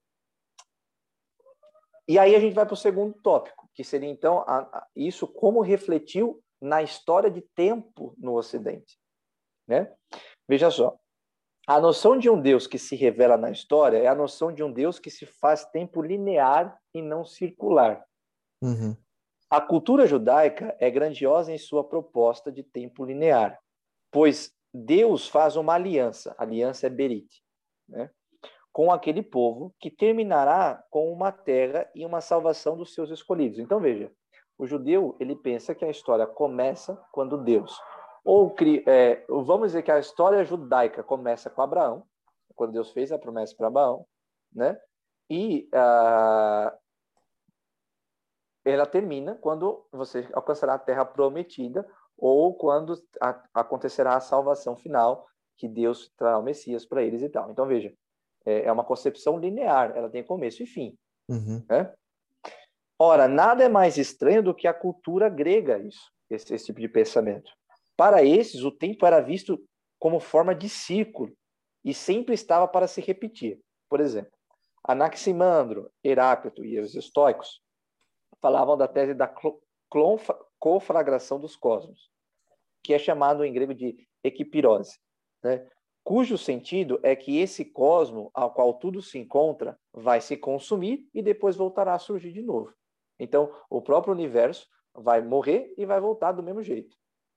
E aí a gente vai para o segundo tópico, que seria, então, a, a, isso como refletiu na história de tempo no Ocidente. Né? Veja só, a noção de um Deus que se revela na história é a noção de um Deus que se faz tempo linear e não circular. Uhum. A cultura judaica é grandiosa em sua proposta de tempo linear, pois Deus faz uma aliança, a aliança é Berit, né, com aquele povo que terminará com uma terra e uma salvação dos seus escolhidos. Então veja, o judeu ele pensa que a história começa quando Deus ou é, vamos dizer que a história judaica começa com Abraão, quando Deus fez a promessa para Abraão, né? E uh, ela termina quando você alcançará a terra prometida ou quando a, acontecerá a salvação final, que Deus trará o Messias para eles e tal. Então, veja, é, é uma concepção linear, ela tem começo e fim. Uhum. Né? Ora, nada é mais estranho do que a cultura grega, isso, esse, esse tipo de pensamento. Para esses, o tempo era visto como forma de círculo e sempre estava para se repetir. Por exemplo, Anaximandro, Heráclito e os estoicos falavam da tese da conflagração dos cosmos, que é chamado em grego de equipirose, né? Cujo sentido é que esse cosmo ao qual tudo se encontra vai se consumir e depois voltará a surgir de novo. Então, o próprio universo vai morrer e vai voltar do mesmo jeito.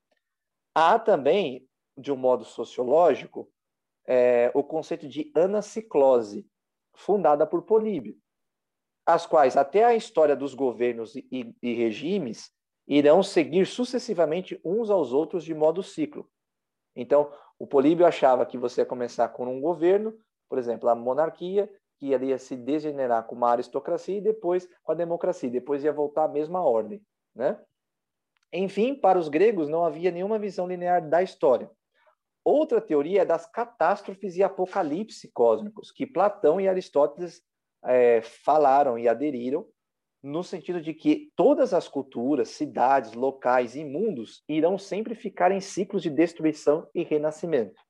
Há também, de um modo sociológico, é, o conceito de anaciclose, fundada por Políbio, as quais até a história dos governos e, e, e regimes irão seguir sucessivamente uns aos outros de modo ciclo. Então, o Políbio achava que você ia começar com um governo, por exemplo, a monarquia, que iria se degenerar com uma aristocracia e depois com a democracia, depois ia voltar à mesma ordem, né? Enfim, para os gregos não havia nenhuma visão linear da história. Outra teoria é das catástrofes e apocalipse cósmicos, que Platão e Aristóteles é, falaram e aderiram, no sentido de que todas as culturas, cidades, locais e mundos irão sempre ficar em ciclos de destruição e renascimento.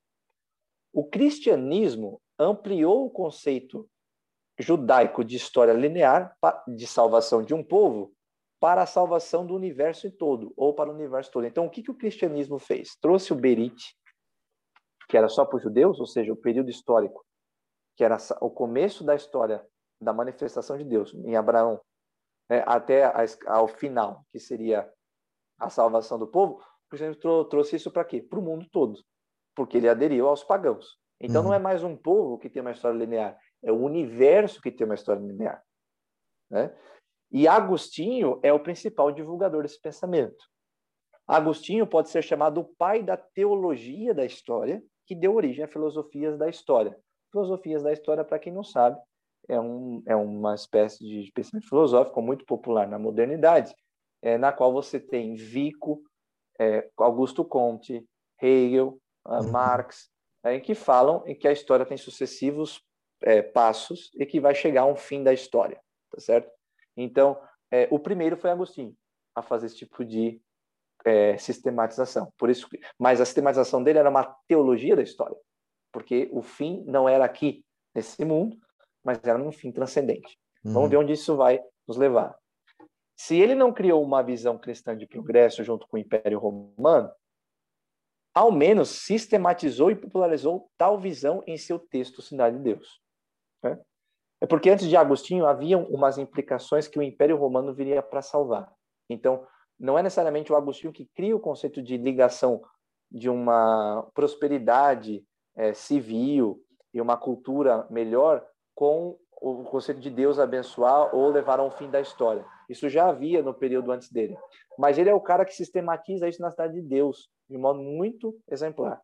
O cristianismo ampliou o conceito judaico de história linear de salvação de um povo para a salvação do universo todo, ou para o universo todo. Então, o que, que o cristianismo fez? Trouxe o Berit, que era só para os judeus, ou seja, o período histórico, que era o começo da história da manifestação de Deus em Abraão, né, até a, ao final, que seria a salvação do povo. O cristianismo trouxe isso para quê? Para o mundo todo, porque ele aderiu aos pagãos. Então, uhum. não é mais um povo que tem uma história linear, é o universo que tem uma história linear. Né? E Agostinho é o principal divulgador desse pensamento. Agostinho pode ser chamado o pai da teologia da história, que deu origem a filosofias da história. Filosofias da história, para quem não sabe, é, um, é uma espécie de pensamento filosófico muito popular na modernidade, é, na qual você tem Vico, é, Augusto Comte, Hegel, uhum. Marx, é, que falam em que a história tem sucessivos é, passos e que vai chegar a um fim da história, tá certo? Então, é, o primeiro foi Agostinho a fazer esse tipo de é, sistematização. Por isso, mas a sistematização dele era uma teologia da história, porque o fim não era aqui, nesse mundo, mas era um fim transcendente. Uhum. Vamos ver onde isso vai nos levar. Se ele não criou uma visão cristã de progresso junto com o Império Romano, ao menos sistematizou e popularizou tal visão em seu texto Cidade de Deus. Né? É porque antes de Agostinho haviam umas implicações que o Império Romano viria para salvar. Então, não é necessariamente o Agostinho que cria o conceito de ligação de uma prosperidade é, civil e uma cultura melhor com o conceito de Deus abençoar ou levar a um fim da história. Isso já havia no período antes dele. Mas ele é o cara que sistematiza isso na Cidade de Deus, de modo muito exemplar.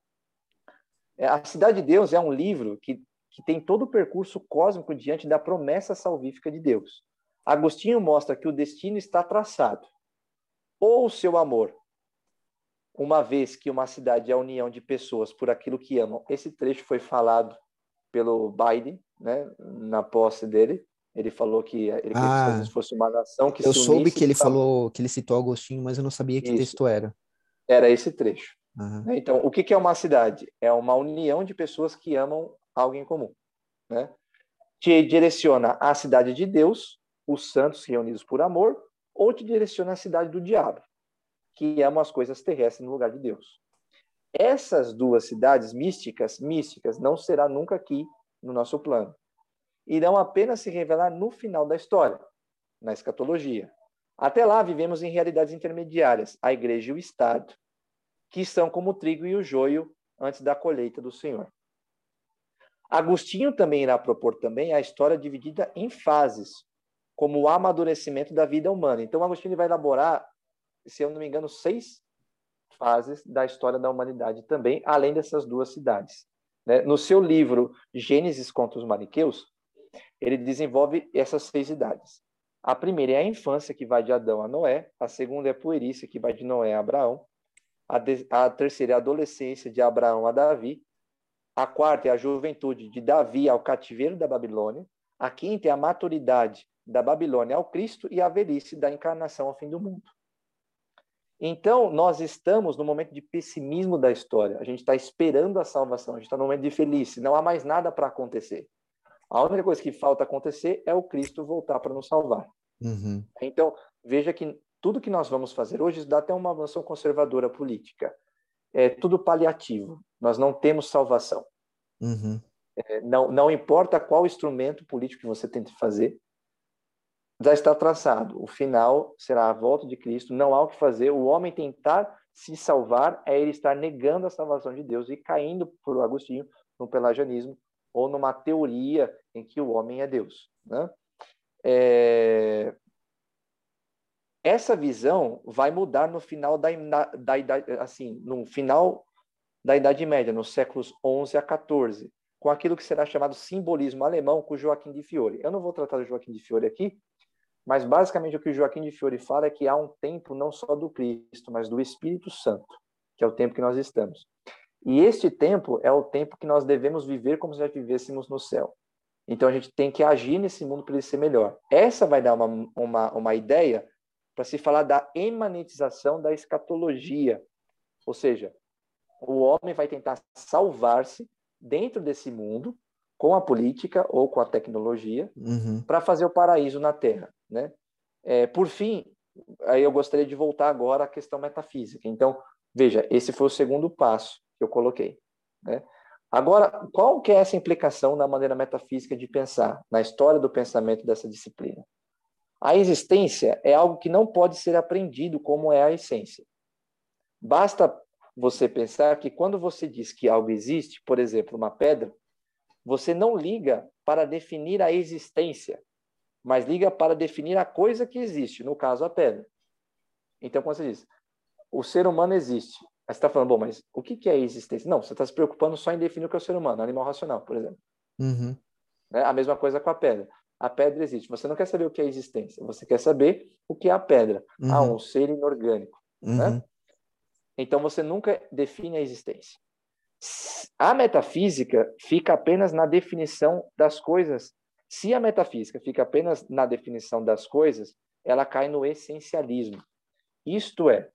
A Cidade de Deus é um livro que, que tem todo o percurso cósmico diante da promessa salvífica de Deus. Agostinho mostra que o destino está traçado. Ou o seu amor, uma vez que uma cidade é a união de pessoas por aquilo que amam. Esse trecho foi falado pelo Biden, né, na posse dele. Ele falou que ele queria que os Estados Ah, Unidos fosse uma nação que eu se soube unisse. que ele falou, que ele citou Agostinho, mas eu não sabia que Isso, texto era. era esse trecho. Uhum. Então, o que é uma cidade? É uma união de pessoas que amam algo em comum. Né? Te direciona à cidade de Deus, os santos reunidos por amor, ou te direciona à cidade do diabo, que amam as coisas terrestres no lugar de Deus. Essas duas cidades místicas, místicas, não será nunca aqui no nosso plano. Irão apenas se revelar no final da história, na escatologia. Até lá, vivemos em realidades intermediárias, a igreja e o Estado, que são como o trigo e o joio antes da colheita do Senhor. Agostinho também irá propor também a história dividida em fases, como o amadurecimento da vida humana. Então, Agostinho vai elaborar, se eu não me engano, seis fases da história da humanidade também, além dessas duas cidades. Né? No seu livro Gênesis contra os Maniqueus, ele desenvolve essas seis idades. A primeira é a infância, que vai de Adão a Noé. A segunda é a puerícia, que vai de Noé a Abraão. A, de, a terceira é a adolescência, de Abraão a Davi. A quarta é a juventude, de Davi ao cativeiro da Babilônia. A quinta é a maturidade, da Babilônia ao Cristo. E a velhice, da encarnação ao fim do mundo. Então, nós estamos no momento de pessimismo da história. A gente está esperando a salvação. A gente está no momento de feliz. Não há mais nada para acontecer. A única coisa que falta acontecer é o Cristo voltar para nos salvar. Uhum. Então, veja que tudo que nós vamos fazer hoje dá até uma noção conservadora política. É tudo paliativo. Nós não temos salvação. Uhum. É, não, não importa qual instrumento político que você tente fazer, já está traçado. O final será a volta de Cristo. Não há o que fazer. O homem tentar se salvar é ele estar negando a salvação de Deus e caindo, por Agostinho, no pelagianismo ou numa teoria em que o homem é Deus. Né? É... Essa visão vai mudar no final da, da idade, assim, no final da Idade Média, nos séculos onze a quatorze, com aquilo que será chamado simbolismo alemão, com Joaquim de Fiore. Eu não vou tratar do Joaquim de Fiore aqui, mas basicamente o que o Joaquim de Fiore fala é que há um tempo não só do Cristo, mas do Espírito Santo, que é o tempo que nós estamos. E este tempo é o tempo que nós devemos viver como se já vivêssemos no céu. Então a gente tem que agir nesse mundo para ele ser melhor. Essa vai dar uma, uma, uma ideia para se falar da imanentização da escatologia. Ou seja, o homem vai tentar salvar-se dentro desse mundo com a política ou com a tecnologia Uhum. para fazer o paraíso na Terra. Né? É, por fim, aí eu gostaria de voltar agora à questão metafísica. Então, veja, esse foi o segundo passo que eu coloquei. Né? Agora, qual que é essa implicação na maneira metafísica de pensar, na história do pensamento dessa disciplina? A existência é algo que não pode ser aprendido como é a essência. Basta você pensar que quando você diz que algo existe, por exemplo, uma pedra, você não liga para definir a existência, mas liga para definir a coisa que existe, no caso, a pedra. Então, quando você diz, o ser humano existe, aí você está falando, bom, mas o que é a existência? Não, você está se preocupando só em definir o que é o ser humano, animal racional, por exemplo. Uhum. Né? A mesma coisa com a pedra. A pedra existe. Você não quer saber o que é existência, você quer saber o que é a pedra. Uhum. Ah, um ser inorgânico. Uhum. Né? Então, você nunca define a existência. A metafísica fica apenas na definição das coisas. Se a metafísica fica apenas na definição das coisas, ela cai no essencialismo. Isto é,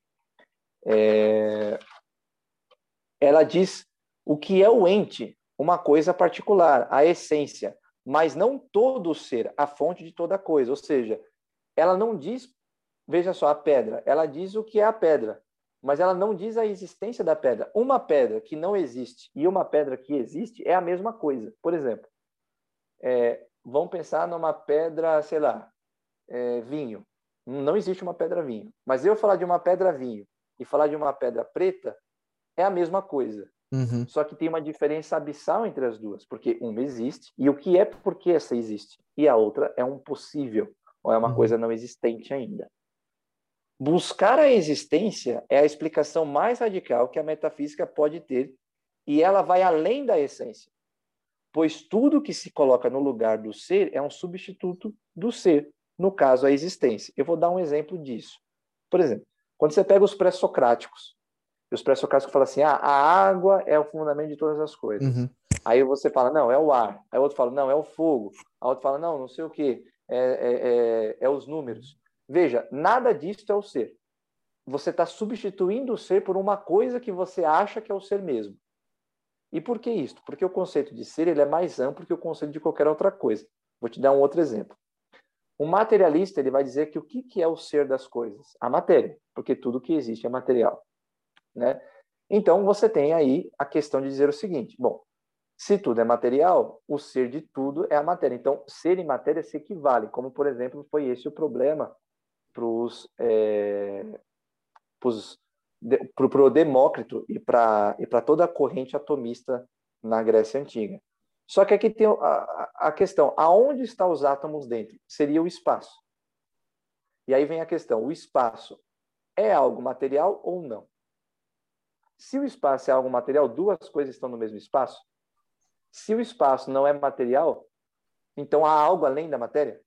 é, ela diz o que é o ente, uma coisa particular, a essência, mas não todo o ser, a fonte de toda coisa. Ou seja, ela não diz, veja só, a pedra, ela diz o que é a pedra, mas ela não diz a existência da pedra. Uma pedra que não existe e uma pedra que existe é a mesma coisa. Por exemplo, é, vamos pensar numa pedra, sei lá, é, vinho. Não existe uma pedra vinho. Mas eu falar de uma pedra vinho e falar de uma pedra preta é a mesma coisa. Uhum. Só que tem uma diferença abissal entre as duas, porque uma existe, e o que é porque essa existe, e a outra é um possível, ou é uma Uhum. coisa não existente ainda. Buscar a existência é a explicação mais radical que a metafísica pode ter, e ela vai além da essência, pois tudo que se coloca no lugar do ser é um substituto do ser, no caso, a existência. Eu vou dar um exemplo disso. Por exemplo, quando você pega os pré-socráticos, os pré-socráticos falam assim, ah, a água é o fundamento de todas as coisas. Uhum. Aí você fala, não, é o ar. Aí o outro fala, não, é o fogo. Aí o outro fala, não, não sei o quê, é, é, é, é os números. Veja, nada disso é o ser. Você está substituindo o ser por uma coisa que você acha que é o ser mesmo. E por que isso? Porque o conceito de ser ele é mais amplo que o conceito de qualquer outra coisa. Vou te dar um outro exemplo. Um materialista ele vai dizer que o que é o ser das coisas? A matéria, porque tudo que existe é material. Né? Então, você tem aí a questão de dizer o seguinte, bom, se tudo é material, o ser de tudo é a matéria. Então, ser e matéria se equivalem, como, por exemplo, foi esse o problema para é, o Demócrito e para e para toda a corrente atomista na Grécia Antiga. Só que aqui tem a, a questão, aonde estão os átomos dentro? Seria o espaço. E aí vem a questão, o espaço é algo material ou não? Se o espaço é algo material, duas coisas estão no mesmo espaço. Se o espaço não é material, então há algo além da matéria?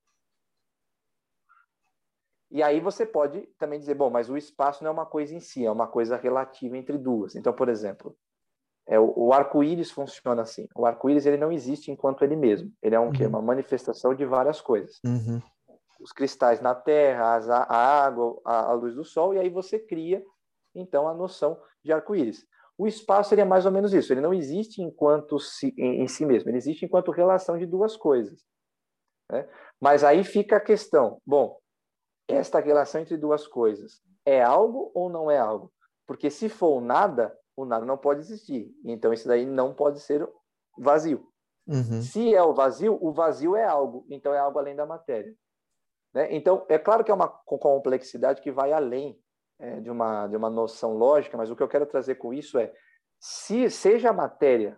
E aí você pode também dizer, bom, mas o espaço não é uma coisa em si, é uma coisa relativa entre duas. Então, por exemplo, é, o, o arco-íris funciona assim. O arco-íris ele não existe enquanto ele mesmo. Ele é um, quê? Uma manifestação de várias coisas. Uhum. Os cristais na terra, as, a água, a, a luz do sol, e aí você cria, então, a noção de arco-íris. O espaço seria mais ou menos isso. Ele não existe enquanto si, em, em si mesmo. Ele existe enquanto relação de duas coisas. Né? Mas aí fica a questão. Bom, esta relação entre duas coisas é algo ou não é algo? Porque se for nada, o nada não pode existir. Então, isso daí não pode ser vazio. Uhum. Se é o vazio, o vazio é algo. Então, é algo além da matéria. Né? Então, é claro que é uma complexidade que vai além é, de, uma, de uma noção lógica, mas o que eu quero trazer com isso é, se seja a matéria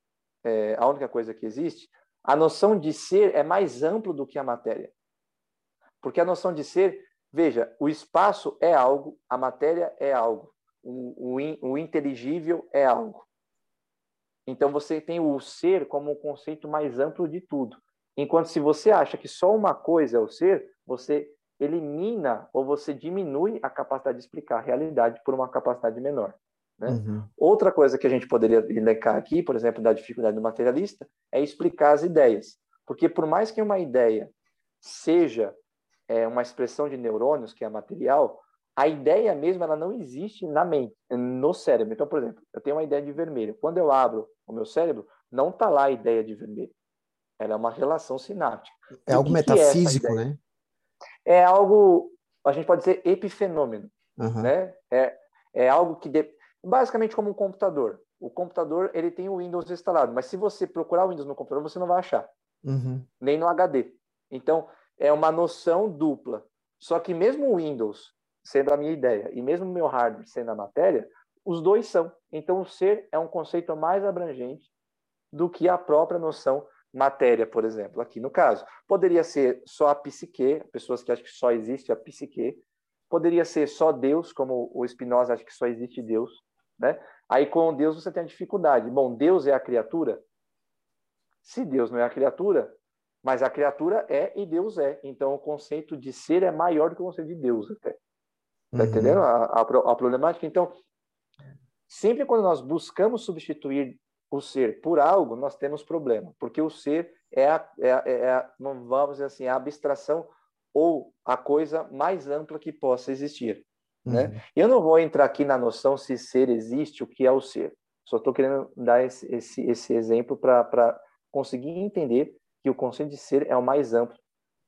é, a única coisa que existe, a noção de ser é mais amplo do que a matéria. Porque a noção de ser, veja, o espaço é algo, a matéria é algo, o, o, in, o inteligível é algo. Então, você tem o ser como um conceito mais amplo de tudo. Enquanto se você acha que só uma coisa é o ser, você elimina ou você diminui a capacidade de explicar a realidade por uma capacidade menor. Né? Uhum. Outra coisa que a gente poderia elencar aqui, por exemplo, da dificuldade do materialista, é explicar as ideias. Porque por mais que uma ideia seja é, uma expressão de neurônios, que é material, a ideia mesmo ela não existe na mente, no cérebro. Então, por exemplo, eu tenho uma ideia de vermelho. Quando eu abro o meu cérebro, não está lá a ideia de vermelho. Ela é uma relação sináptica. É E o algo que, que é essa metafísico, ideia? né? É algo, a gente pode dizer, epifenômeno. Uhum. Né? É, é algo que, de... basicamente como um computador. O computador ele tem o Windows instalado, mas se você procurar o Windows no computador, você não vai achar. Uhum. Nem no H D. Então, é uma noção dupla. Só que mesmo o Windows sendo a minha ideia e mesmo o meu hardware sendo a matéria, os dois são. Então, o ser é um conceito mais abrangente do que a própria noção matéria, por exemplo, aqui no caso. Poderia ser só a psique, pessoas que acham que só existe a psique. Poderia ser só Deus, como o Spinoza acha que só existe Deus. Né? Aí, com Deus, você tem a dificuldade. Bom, Deus é a criatura? Se Deus não é a criatura, mas a criatura é e Deus é. Então, o conceito de ser é maior do que o conceito de Deus até. Tá Uhum. entendendo a, a, a problemática? Então, sempre quando nós buscamos substituir o ser por algo, nós temos problema. Porque o ser é, a, é, a, é a, vamos dizer assim, a abstração ou a coisa mais ampla que possa existir. Uhum. Né? Eu não vou entrar aqui na noção se ser existe, o que é o ser. Só estou querendo dar esse, esse, esse exemplo para conseguir entender que o conceito de ser é o mais amplo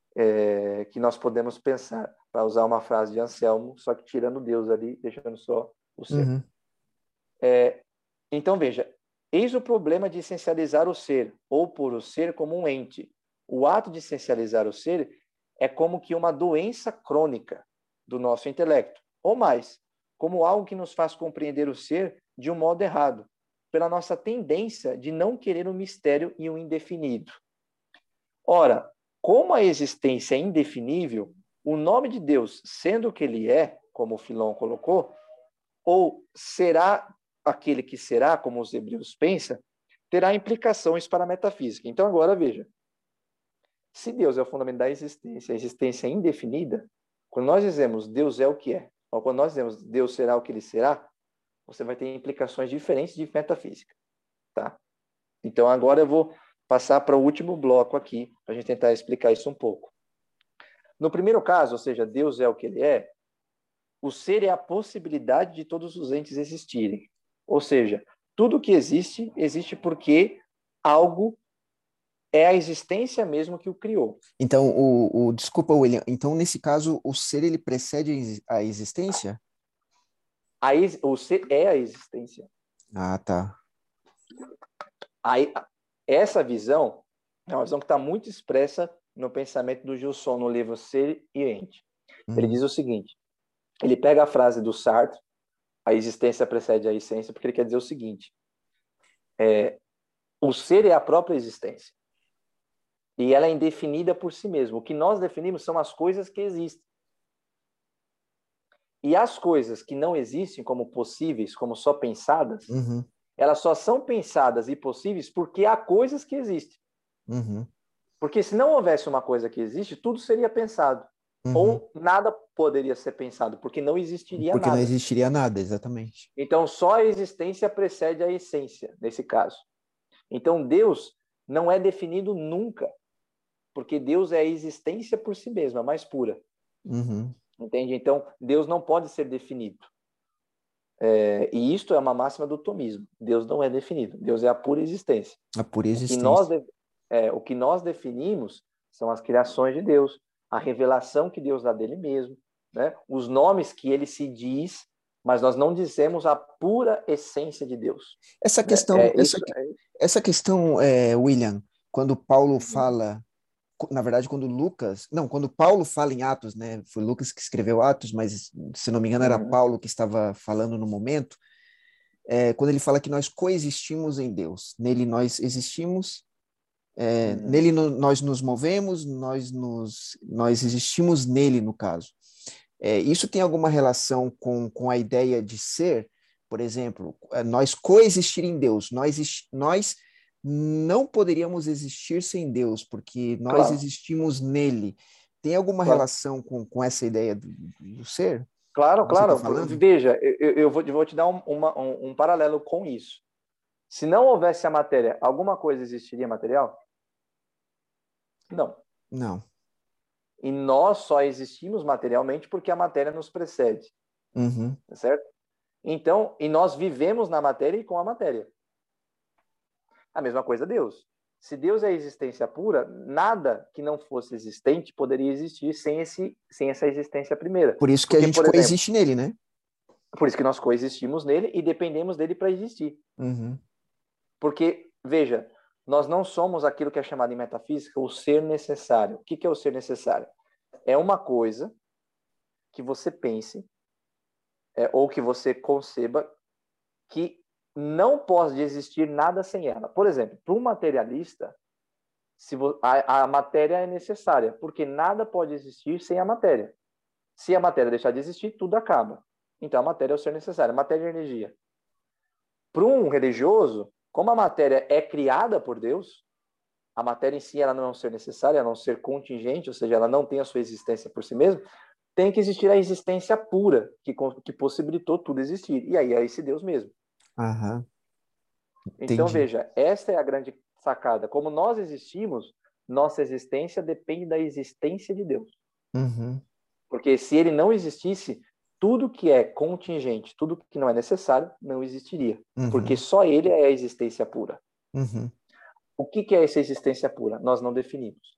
é, que nós podemos pensar, para usar uma frase de Anselmo, só que tirando Deus ali, deixando só o ser. Uhum. É, então, veja, eis o problema de essencializar o ser, ou por o ser como um ente. O ato de essencializar o ser é como que uma doença crônica do nosso intelecto, ou mais, como algo que nos faz compreender o ser de um modo errado, pela nossa tendência de não querer o mistério e o indefinido. Ora, como a existência é indefinível, o nome de Deus, sendo o que ele é, como o Filon colocou, ou será aquele que será, como os hebreus pensam, terá implicações para a metafísica. Então, agora veja, se Deus é o fundamento da existência, a existência é indefinida, quando nós dizemos Deus é o que é, ou quando nós dizemos Deus será o que ele será, você vai ter implicações diferentes de metafísica, tá? Então, agora eu vou passar para o último bloco aqui, para a gente tentar explicar isso um pouco. No primeiro caso, ou seja, Deus é o que ele é, o ser é a possibilidade de todos os entes existirem. Ou seja, tudo que existe, existe porque algo é a existência mesmo que o criou. Então, o, o, desculpa, William. Então, nesse caso, o ser ele precede a existência? A, o ser é a existência. Ah, tá. Aí, essa visão é uma visão que está muito expressa no pensamento do Gilson, no livro Ser e Ente. Hum. Ele diz o seguinte, ele pega a frase do Sartre, a existência precede a essência, porque ele quer dizer o seguinte, é, o ser é a própria existência. E ela é indefinida por si mesma. O que nós definimos são as coisas que existem. E as coisas que não existem como possíveis, como só pensadas, uhum. elas só são pensadas e possíveis porque há coisas que existem. Uhum. Porque se não houvesse uma coisa que existe, tudo seria pensado. Uhum. Ou nada poderia ser pensado, porque não existiria porque nada. Porque não existiria nada, exatamente. Então, só a existência precede a essência, nesse caso. Então, Deus não é definido nunca, porque Deus é a existência por si mesma, mais pura. Uhum. Entende? Então, Deus não pode ser definido. É, e isto é uma máxima do tomismo. Deus não é definido. Deus é a pura existência. A pura existência. O que nós, de, é, o que nós definimos são as criações de Deus, a revelação que Deus dá dele mesmo, né? Os nomes que ele se diz, mas nós não dizemos a pura essência de Deus. Essa né? questão, é, essa, isso, é... essa questão, é, William, quando Paulo fala... Na verdade, quando Lucas, não, quando Paulo fala em Atos, né, foi Lucas que escreveu Atos, mas se não me engano era uhum. Paulo que estava falando no momento, é, quando ele fala que nós coexistimos em Deus, nele nós existimos, é, uhum. nele no, nós nos movemos, nós, nos, nós existimos nele, no caso. É, isso tem alguma relação com, com a ideia de ser? Por exemplo, nós coexistir em Deus, nós, nós não poderíamos existir sem Deus, porque nós claro. existimos nele. Tem alguma claro. relação com, com essa ideia do, do ser? Claro, claro. Tá Veja, eu, eu vou, vou te dar um, uma, um, um paralelo com isso. Se não houvesse a matéria, alguma coisa existiria material? Não. Não. E nós só existimos materialmente porque a matéria nos precede. Uhum. Certo? Então, e nós vivemos na matéria e com a matéria. A mesma coisa Deus. Se Deus é a existência pura, nada que não fosse existente poderia existir sem, esse, sem essa existência primeira. Por isso que Porque, a gente coexiste exemplo, nele, né? Por isso que nós coexistimos nele e dependemos dele para existir. Uhum. Porque, veja, nós não somos aquilo que é chamado em metafísica o ser necessário. O que é o ser necessário? É uma coisa que você pense, é, ou que você conceba, que não pode existir nada sem ela. Por exemplo, para um materialista, se a, a matéria é necessária, porque nada pode existir sem a matéria. Se a matéria deixar de existir, tudo acaba. Então, a matéria é o ser necessário. Matéria é energia. Para um religioso, como a matéria é criada por Deus, a matéria em si ela não é um ser necessário, ela é um ser contingente, ou seja, ela não tem a sua existência por si mesma, tem que existir a existência pura, que, que possibilitou tudo existir. E aí é esse Deus mesmo. Aham. Então, veja, esta é a grande sacada. Como nós existimos, nossa existência depende da existência de Deus. Uhum. Porque se ele não existisse, tudo que é contingente, tudo que não é necessário, não existiria. Uhum. Porque só ele é a existência pura. Uhum. O que, que é essa existência pura? Nós não definimos.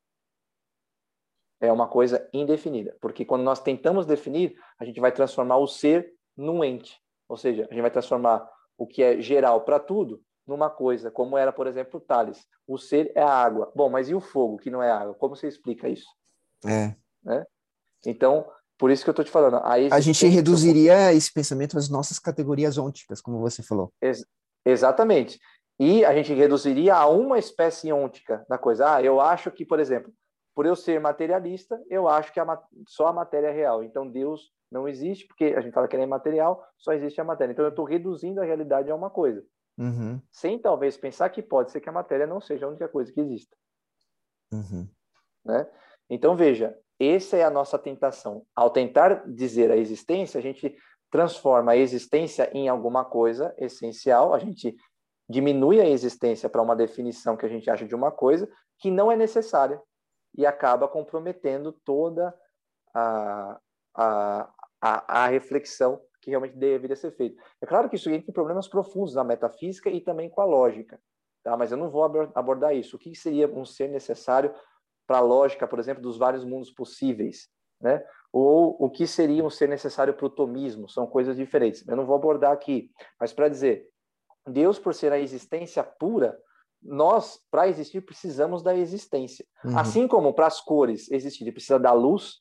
É uma coisa indefinida. Porque quando nós tentamos definir, a gente vai transformar o ser num ente. Ou seja, a gente vai transformar o que é geral para tudo numa coisa, como era, por exemplo, o Tales. O ser é a água. Bom, mas e o fogo, que não é água? Como você explica isso? É. Né? Então, por isso que eu estou te falando, a A gente existência... reduziria esse pensamento às nossas categorias ônticas, como você falou. Ex exatamente. E a gente reduziria a uma espécie ôntica da coisa. Ah, eu acho que, por exemplo, por eu ser materialista, eu acho que a só a matéria é real. Então, Deus não existe, porque a gente fala que ele é imaterial, só existe a matéria. Então, eu estou reduzindo a realidade a uma coisa. Uhum. Sem, talvez, pensar que pode ser que a matéria não seja a única coisa que exista. Uhum. Né? Então, veja, essa é a nossa tentação. Ao tentar dizer a existência, a gente transforma a existência em alguma coisa essencial, a gente diminui a existência para uma definição que a gente acha de uma coisa que não é necessária e acaba comprometendo toda a, a, a, a reflexão que realmente deveria ser feita. É claro que isso entra em problemas profundos na metafísica e também com a lógica, tá? Mas eu não vou abordar isso. O que seria um ser necessário para a lógica, por exemplo, dos vários mundos possíveis, né? Ou o que seria um ser necessário para o tomismo? São coisas diferentes. Eu não vou abordar aqui, mas para dizer, Deus, por ser a existência pura, nós, para existir, precisamos da existência. Uhum. Assim como para as cores existir precisa da luz,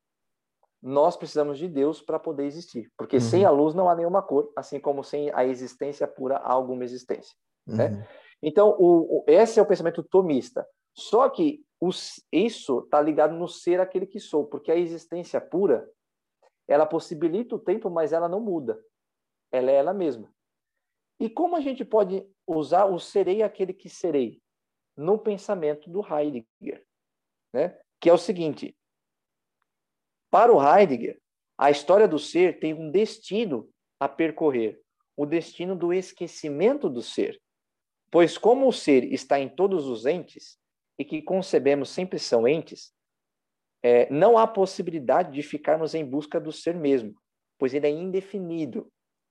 nós precisamos de Deus para poder existir. Porque Uhum. sem a luz não há nenhuma cor, assim como sem a existência pura há alguma existência. Uhum. Né? Então, o, o, esse é o pensamento tomista. Só que os, isso está ligado no ser aquele que sou, porque a existência pura, ela possibilita o tempo, mas ela não muda. Ela é ela mesma. E como a gente pode usar o serei aquele que serei no pensamento do Heidegger, né? Que é o seguinte: para o Heidegger, a história do ser tem um destino a percorrer, o destino do esquecimento do ser. Pois como o ser está em todos os entes, e que concebemos sempre são entes, é, não há possibilidade de ficarmos em busca do ser mesmo, pois ele é indefinido,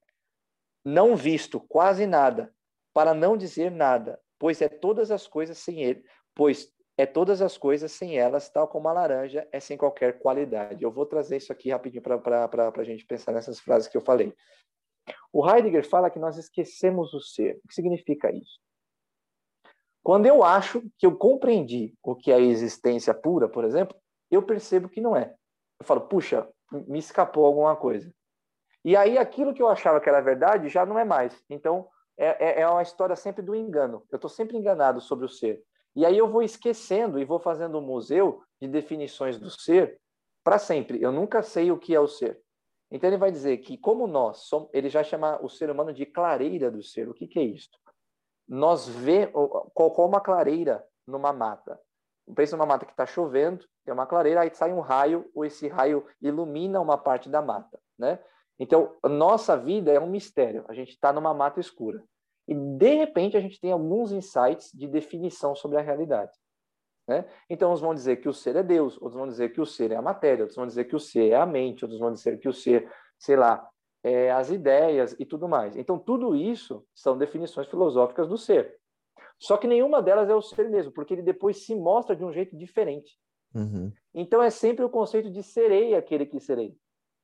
não visto quase nada, para não dizer nada, pois é todas as coisas sem ele, pois é todas as coisas sem elas, tal como a laranja é sem qualquer qualidade. Eu vou trazer isso aqui rapidinho para a gente pensar nessas frases que eu falei. O Heidegger fala que nós esquecemos o ser. O que significa isso? Quando eu acho que eu compreendi o que é a existência pura, por exemplo, eu percebo que não é. Eu falo, puxa, me escapou alguma coisa. E aí aquilo que eu achava que era verdade já não é mais. Então, é, é uma história sempre do engano. Eu estou sempre enganado sobre o ser. E aí eu vou esquecendo e vou fazendo um museu de definições do ser para sempre. Eu nunca sei o que é o ser. Então ele vai dizer que como nós somos, ele já chama o ser humano de clareira do ser. O que, que é isso? Nós vemos como uma clareira numa mata. Pensa numa mata que está chovendo, tem uma clareira, aí sai um raio, ou esse raio ilumina uma parte da mata, né? Então, a nossa vida é um mistério. A gente está numa mata escura. E, de repente, a gente tem alguns insights de definição sobre a realidade. Né? Então, uns vão dizer que o ser é Deus, outros vão dizer que o ser é a matéria, outros vão dizer que o ser é a mente, outros vão dizer que o ser, sei lá, é as ideias e tudo mais. Então, tudo isso são definições filosóficas do ser. Só que nenhuma delas é o ser mesmo, porque ele depois se mostra de um jeito diferente. Uhum. Então, é sempre o conceito de serei aquele que serei.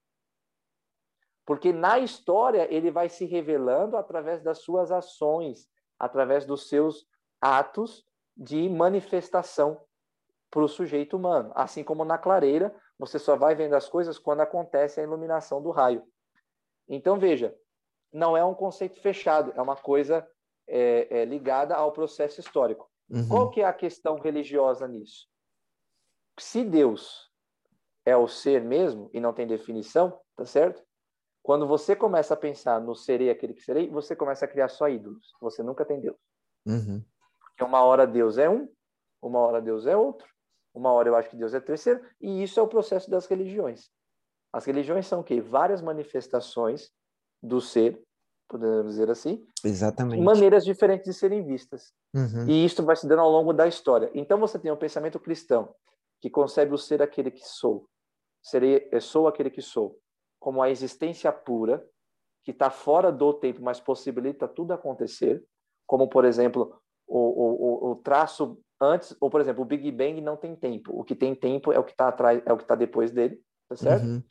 Porque na história ele vai se revelando através das suas ações, através dos seus atos de manifestação para o sujeito humano. Assim como na clareira, você só vai vendo as coisas quando acontece a iluminação do raio. Então, veja, não é um conceito fechado, é uma coisa é, é, ligada ao processo histórico. Uhum. Qual que é a questão religiosa nisso? Se Deus é o ser mesmo e não tem definição, tá certo? Quando você começa a pensar no serei aquele que serei, você começa a criar só ídolos. Você nunca tem Deus. Uhum. Porque uma hora Deus é um, uma hora Deus é outro, uma hora eu acho que Deus é terceiro, e isso é o processo das religiões. As religiões são o quê? Várias manifestações do ser, podemos dizer assim, Exatamente. maneiras diferentes de serem vistas. Uhum. E isso vai se dando ao longo da história. Então você tem um pensamento cristão que concebe o ser aquele que sou, serei, sou aquele que sou, como a existência pura, que está fora do tempo, mas possibilita tudo acontecer, como, por exemplo, o, o, o traço antes, ou, por exemplo, o Big Bang não tem tempo. O que tem tempo é o que está atrás, é o que está depois dele, tá certo? Uhum.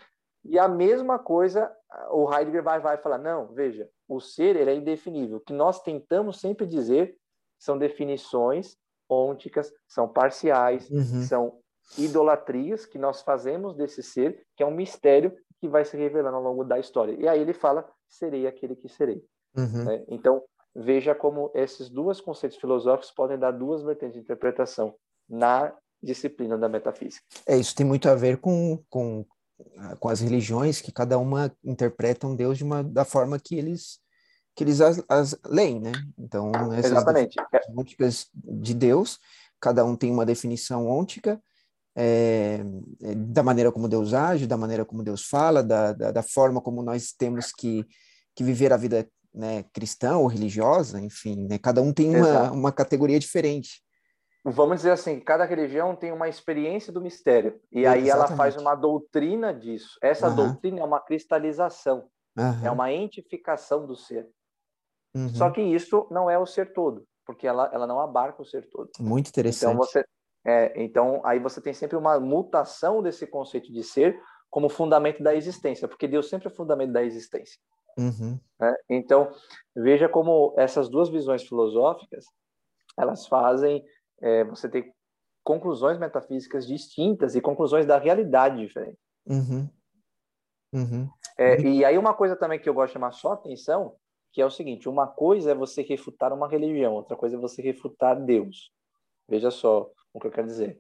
E a mesma coisa, o Heidegger vai, vai falar, não, veja, o ser ele é indefinível. O que nós tentamos sempre dizer são definições ônticas, são parciais, Uhum. são idolatrias que nós fazemos desse ser, que é um mistério que vai se revelando ao longo da história. E aí ele fala, serei aquele que serei. Uhum. Né? Então, veja como esses dois conceitos filosóficos podem dar duas vertentes de interpretação na disciplina da metafísica. É, isso tem muito a ver com, com, com as religiões, que cada uma interpreta um Deus de uma, da forma que eles, que eles as, as leem, né? Então, essas Exatamente. definições ônticas de Deus, cada um tem uma definição ôntica, é, é, da maneira como Deus age, da maneira como Deus fala, da, da, da forma como nós temos que, que viver a vida, né, cristã ou religiosa, enfim, né? Cada um tem uma, Exato. uma categoria diferente. Vamos dizer assim, cada religião tem uma experiência do mistério, e aí ela faz Exatamente. uma doutrina disso. Essa Aham, doutrina é uma cristalização, é aham, uma entificação do ser. Só uhum. que isso não é o ser todo, porque ela, ela não abarca o ser todo. Muito Então interessante. você, é, então aí você tem sempre uma mutação desse conceito de ser como fundamento da existência, porque Deus sempre é fundamento da existência. Uhum, Né? Então veja como essas duas visões filosóficas elas fazem é, você ter conclusões metafísicas distintas e conclusões da realidade diferentes. uhum, uhum. É, Muito, e aí uma coisa também que eu gosto de chamar só atenção, que é o seguinte, uma coisa é você refutar uma religião, outra coisa é você refutar Deus. Veja só o que eu quero dizer.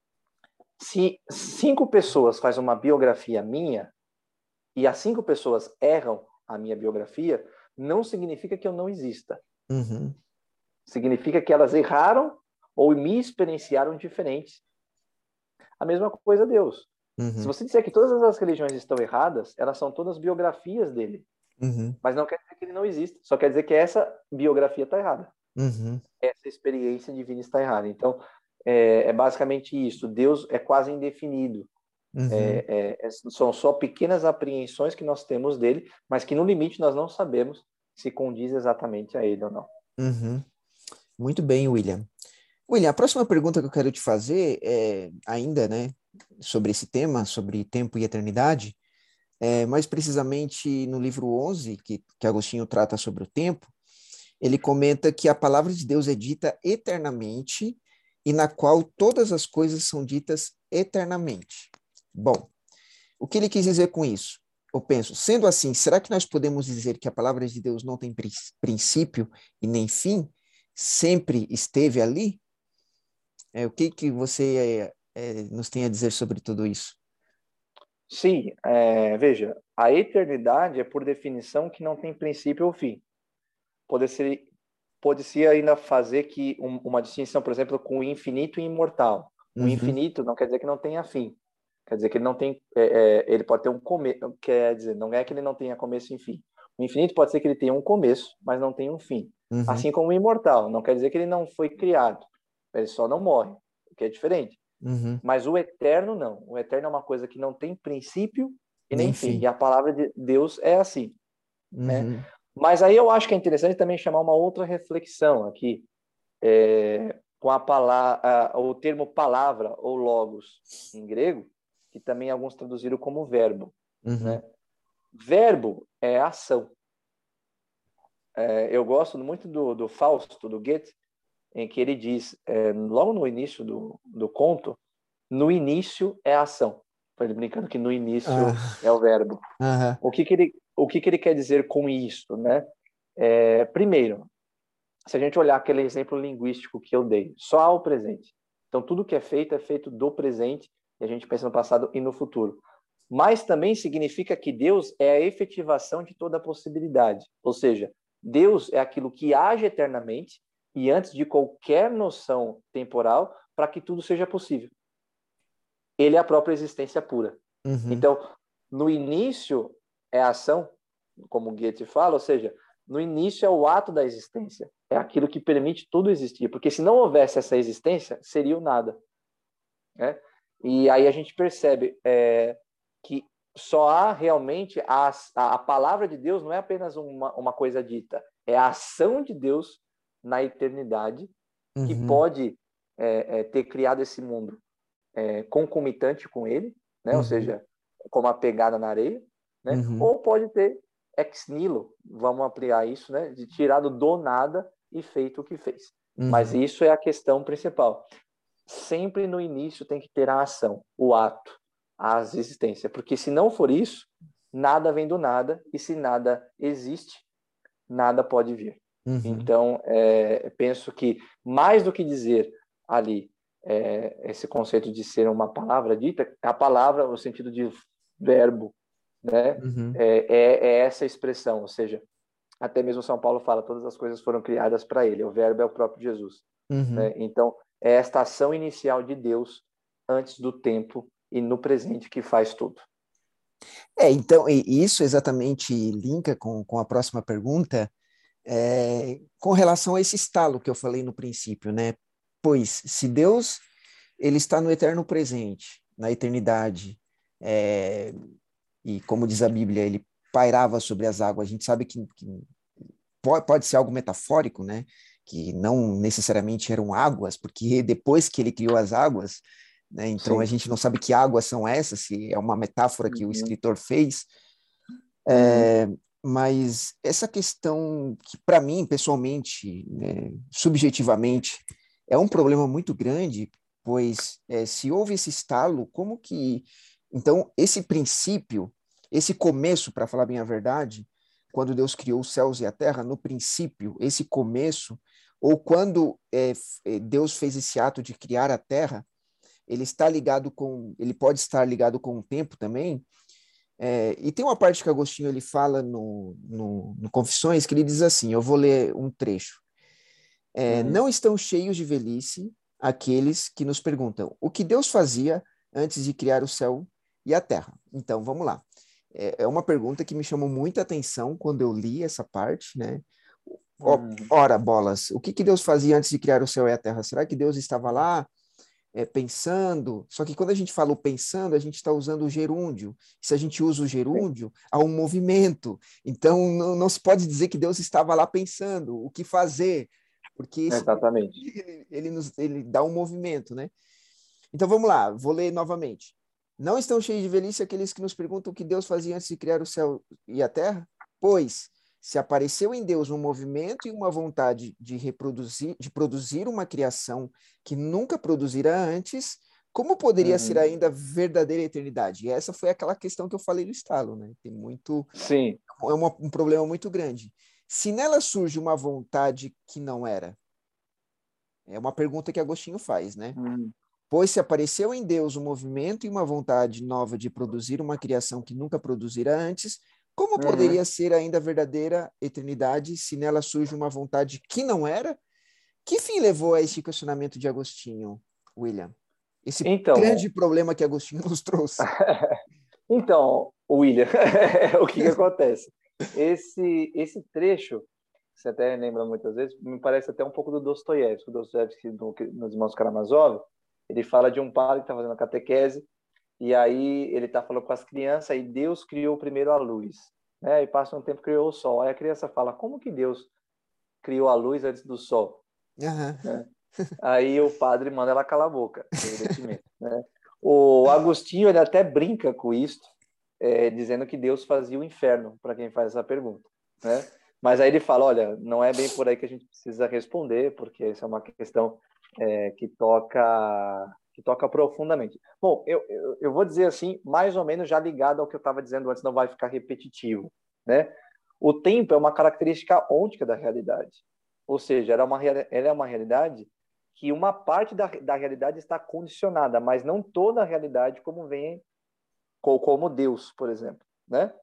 Se cinco pessoas fazem uma biografia minha e as cinco pessoas erram a minha biografia, não significa que eu não exista. uhum, Significa que elas erraram ou me experienciaram diferentes. A mesma coisa Deus. Se uhum, você disser que todas as religiões estão erradas, elas são todas biografias dele. uhum, Mas não quer dizer que ele não existe. Só quer dizer que essa biografia está errada. uhum, Essa experiência divina está errada. Então, é, é basicamente isso. Deus é quase indefinido. uhum, É, é, são só pequenas apreensões que nós temos dele, mas que no limite nós não sabemos se condiz exatamente a ele ou não. uhum. Muito bem, William. William, a próxima pergunta que eu quero te fazer é ainda, né, sobre esse tema, sobre tempo e eternidade, é, mais precisamente no livro onze, que, que Agostinho trata sobre o tempo, ele comenta que a palavra de Deus é dita eternamente e na qual todas as coisas são ditas eternamente. Bom, o que ele quis dizer com isso? Eu penso, sendo assim, será que nós podemos dizer que a palavra de Deus não tem princípio e nem fim? Sempre esteve ali? É, o que que você é, é, nos tem a dizer sobre tudo isso? Sim, é, veja, a eternidade é por definição que não tem princípio ou fim. Pode-se pode-se ainda fazer que um, uma distinção, por exemplo, com o infinito e imortal. O Uhum, infinito não quer dizer que não tenha fim. Quer dizer que ele não tem, é, é, ele pode ter um começo, quer dizer, não é que ele não tenha começo e fim. O infinito pode ser que ele tenha um começo, mas não tenha um fim. uhum, Assim como o imortal, não quer dizer que ele não foi criado, ele só não morre, o que é diferente. uhum. Mas o eterno não. O eterno é uma coisa que não tem princípio e Nem nem fim. E fim. a palavra de Deus é assim, né? Uhum, Mas aí eu acho que é interessante também chamar uma outra reflexão aqui, é, com a palavra, o termo palavra ou logos em grego, que também alguns traduziram como verbo, uhum, né? Verbo é ação. É, eu gosto muito do, do Fausto, do Goethe, em que ele diz, é, logo no início do, do conto, no início é a ação. Ele brincando que no início ah, é o verbo. aham, O que, que, ele, o que, que ele quer dizer com isso, né? É, primeiro, se a gente olhar aquele exemplo linguístico que eu dei, só há o presente. Então, tudo que é feito é feito do presente, e a gente pensa no passado e no futuro. Mas também significa que Deus é a efetivação de toda a possibilidade. Ou seja, Deus é aquilo que age eternamente e antes de qualquer noção temporal para que tudo seja possível. Ele é a própria existência pura. uhum, Então, no início é a ação, como Goethe fala, ou seja, no início é o ato da existência, é aquilo que permite tudo existir, porque se não houvesse essa existência, seria o nada, né? E aí a gente percebe é, que só há realmente a, a, a palavra de Deus não é apenas uma, uma coisa dita, é a ação de Deus na eternidade que uhum, pode é, é, ter criado esse mundo é, concomitante com ele, né? Ou uhum, seja, como a pegada na areia, né? Uhum. Ou pode ter ex nihilo, vamos ampliar isso, né? De tirado do nada e feito o que fez. Uhum. Mas isso é a questão principal. Sempre no início tem que ter a ação, o ato, a existência, porque se não for isso, nada vem do nada, e se nada existe, nada pode vir. Uhum. Então, é, penso que mais do que dizer ali é, esse conceito de ser uma palavra dita, a palavra no sentido de verbo, né? Uhum. É, é, é essa expressão, ou seja, até mesmo São Paulo fala, todas as coisas foram criadas para ele, o verbo é o próprio Jesus. Uhum. Né? Então, é esta ação inicial de Deus antes do tempo e no presente que faz tudo. É, então, e isso exatamente linka com, com a próxima pergunta, é, com relação a esse estalo que eu falei no princípio, né? Pois, se Deus, ele está no eterno presente, na eternidade, é, e como diz a Bíblia, ele pairava sobre as águas, a gente sabe que, que pode, pode ser algo metafórico, né? Que não necessariamente eram águas, porque depois que ele criou as águas, né? Então a Sim. gente não sabe que águas são essas, se é uma metáfora que o Uhum. escritor fez. Uhum. É, mas essa questão que, para mim, pessoalmente, né, subjetivamente, é um problema muito grande, pois é, se houve esse estalo, como que. Então, esse princípio, esse começo, para falar bem a verdade, quando Deus criou os céus e a terra, no princípio, esse começo, ou quando é, Deus fez esse ato de criar a terra, ele está ligado com. Ele pode estar ligado com o tempo também. É, e tem uma parte que Agostinho ele fala no, no, no Confissões que ele diz assim, eu vou ler um trecho. É, Uhum. não estão cheios de velhice aqueles que nos perguntam o que Deus fazia antes de criar o céu e a terra. Então, vamos lá. É, é uma pergunta que me chamou muita atenção quando eu li essa parte, né? Uhum. Ora, bolas, o que, que Deus fazia antes de criar o céu e a terra? Será que Deus estava lá é, pensando? Só que quando a gente fala o pensando, a gente está usando o gerúndio. Se a gente usa o Sim. gerúndio, há um movimento. Então, não, não se pode dizer que Deus estava lá pensando o que fazer, porque esse Exatamente. ele, ele, nos, ele dá um movimento, né? Então, vamos lá, vou ler novamente. Não estão cheios de velhice aqueles que nos perguntam o que Deus fazia antes de criar o céu e a terra? Pois, se apareceu em Deus um movimento e uma vontade de reproduzir, de produzir uma criação que nunca produzira antes, como poderia ser Uhum. ainda verdadeira eternidade? E essa foi aquela questão que eu falei do estalo, né? Tem muito, Sim. é uma, um problema muito grande. Se nela surge uma vontade que não era, é uma pergunta que Agostinho faz, né? Uhum. Pois se apareceu em Deus um movimento e uma vontade nova de produzir uma criação que nunca produzira antes, como Uhum. poderia ser ainda verdadeira eternidade se nela surge uma vontade que não era? Que fim levou a este questionamento de Agostinho, William? Esse Então, grande problema que Agostinho nos trouxe. então, William, o que que acontece? Esse, esse trecho, você até lembra muitas vezes, me parece até um pouco do Dostoiévski. O Dostoiévski, no, nos Irmãos Karamazov, ele fala de um padre que está fazendo a catequese, e aí ele está falando com as crianças, e Deus criou primeiro a luz, né? E passa um tempo, criou o sol. Aí a criança fala, como que Deus criou a luz antes do sol? Aham. Né? Aí o padre manda ela calar a boca, evidentemente, né? O Agostinho, ele até brinca com isso, é, dizendo que Deus fazia o inferno, para quem faz essa pergunta, né? Mas aí ele fala, olha, não é bem por aí que a gente precisa responder, porque isso é uma questão é, que toca que toca profundamente. Bom, eu, eu, eu vou dizer assim, mais ou menos já ligado ao que eu estava dizendo antes, não vai ficar repetitivo, né? O tempo é uma característica ôntica da realidade, ou seja, ela é uma, ela é uma realidade que uma parte da, da realidade está condicionada, mas não toda a realidade como vem como Deus, por exemplo, né?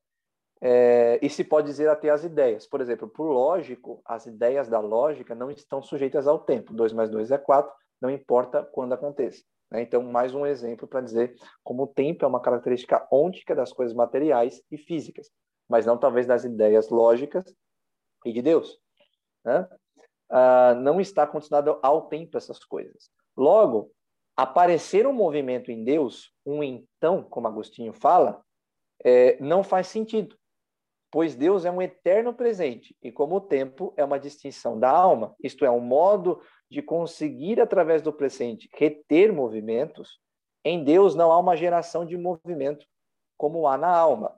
É, e se pode dizer até as ideias. Por exemplo, por lógico, as ideias da lógica não estão sujeitas ao tempo. dois mais dois é quatro, não importa quando aconteça. Né? Então, mais um exemplo para dizer como o tempo é uma característica ôntica das coisas materiais e físicas, mas não talvez das ideias lógicas e de Deus. Né? Ah, não está condicionado ao tempo essas coisas. Logo, aparecer um movimento em Deus, um então, como Agostinho fala, é, não faz sentido, pois Deus é um eterno presente e como o tempo é uma distinção da alma, isto é, um modo de conseguir, através do presente, reter movimentos, em Deus não há uma geração de movimento, como há na alma.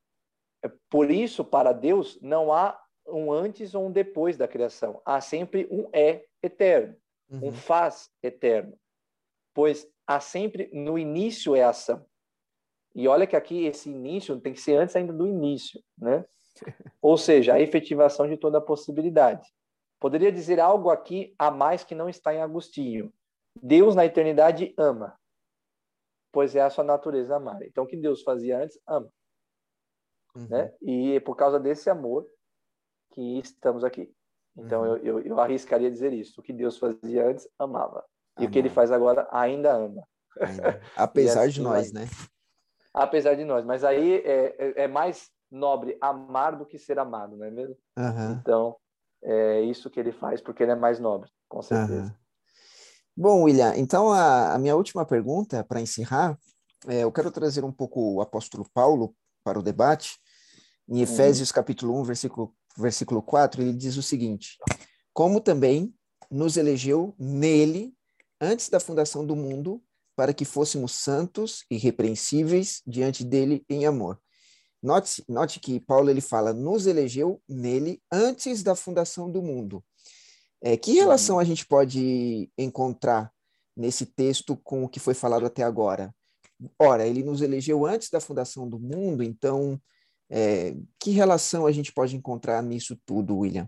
Por isso, para Deus, não há um antes ou um depois da criação. Há sempre um é eterno, uhum. um faz eterno. Pois há sempre, no início é a ação. E olha que aqui esse início tem que ser antes ainda do início, né? Ou seja, a efetivação de toda a possibilidade. Poderia dizer algo aqui a mais que não está em Agostinho. Deus na eternidade ama, pois é a sua natureza amar. Então, o que Deus fazia antes, ama. Uhum. Né? E é por causa desse amor que estamos aqui. Então, uhum. eu, eu, eu arriscaria dizer isso. O que Deus fazia antes, amava. E amava. O que ele faz agora, ainda ama. Ainda. Apesar assim, de nós, né? Apesar de nós. Mas aí é, é, é mais nobre amar do que ser amado, não é mesmo? Uhum. Então, é isso que ele faz, porque ele é mais nobre, com certeza. Uhum. Bom, William, então a, a minha última pergunta, para encerrar, é, eu quero trazer um pouco o apóstolo Paulo para o debate. Em Efésios uhum. capítulo um, versículo, versículo quatro, ele diz o seguinte: como também nos elegeu nele antes da fundação do mundo, para que fôssemos santos e irrepreensíveis diante dele em amor. Note, note que Paulo ele fala, nos elegeu nele antes da fundação do mundo. É, que relação uhum. a gente pode encontrar nesse texto com o que foi falado até agora? Ora, ele nos elegeu antes da fundação do mundo, então é, que relação a gente pode encontrar nisso tudo, William?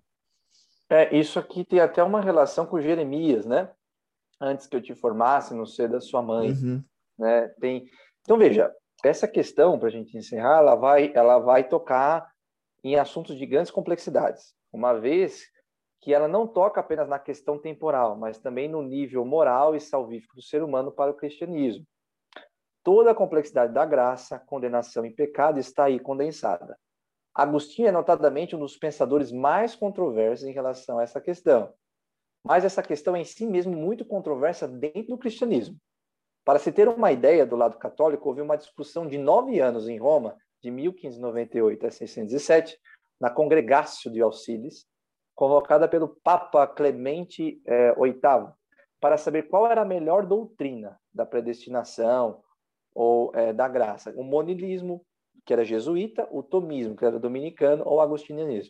É, isso aqui tem até uma relação com Jeremias, né? Antes que eu te formasse no ser da sua mãe, uhum. né? Tem... Então, veja, essa questão, para a gente encerrar, ela vai, ela vai tocar em assuntos de grandes complexidades, uma vez que ela não toca apenas na questão temporal, mas também no nível moral e salvífico do ser humano para o cristianismo. Toda a complexidade da graça, condenação e pecado está aí condensada. Agostinho é notadamente um dos pensadores mais controversos em relação a essa questão. Mas essa questão é em si mesmo muito controversa dentro do cristianismo. Para se ter uma ideia do lado católico, houve uma discussão de nove anos em Roma, de mil quinhentos e noventa e oito a seiscentos e sete, na Congregatio de Auxílios, convocada pelo Papa Clemente eh, oitavo, para saber qual era a melhor doutrina da predestinação ou eh, da graça. O monilismo, que era jesuíta, o tomismo, que era dominicano, ou o agostinianismo.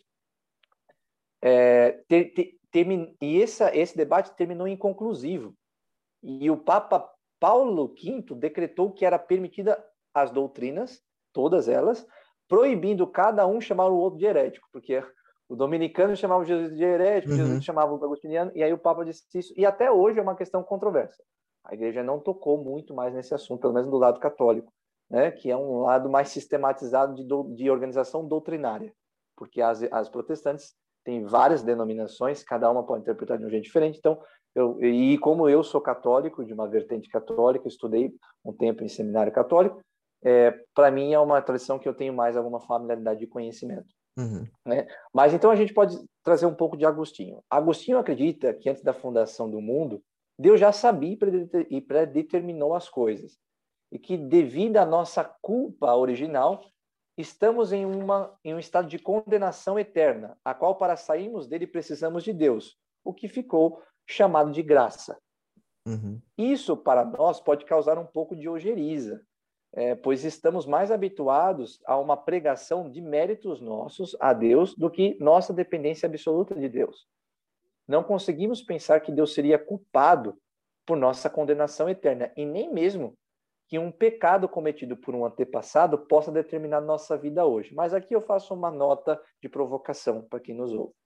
É, ter, ter, termin... E essa, esse debate terminou inconclusivo. E o Papa Paulo quinto decretou que era permitida as doutrinas, todas elas, proibindo cada um chamar o outro de herético, porque o dominicano chamava o Jesus de herético, uhum. Jesus chamava o agostiniano, e aí o Papa disse isso. E até hoje é uma questão controversa. A igreja não tocou muito mais nesse assunto, pelo menos do lado católico, né, que é um lado mais sistematizado de, do, de organização doutrinária, porque as, as protestantes têm várias denominações, cada uma pode interpretar de um jeito diferente. Então, eu, e como eu sou católico, de uma vertente católica, estudei um tempo em seminário católico, é, para mim é uma tradição que eu tenho mais alguma familiaridade de conhecimento. Uhum. Né? Mas então a gente pode trazer um pouco de Agostinho. Agostinho acredita que antes da fundação do mundo, Deus já sabia e predeterminou as coisas. E que devido à nossa culpa original, estamos em, uma, em um estado de condenação eterna, a qual para sairmos dele precisamos de Deus, o que ficou chamado de graça. Uhum. Isso para nós pode causar um pouco de ojeriza, é, pois estamos mais habituados a uma pregação de méritos nossos a Deus do que nossa dependência absoluta de Deus. Não conseguimos pensar que Deus seria culpado por nossa condenação eterna, e nem mesmo que um pecado cometido por um antepassado possa determinar nossa vida hoje. Mas aqui eu faço uma nota de provocação para quem nos ouve.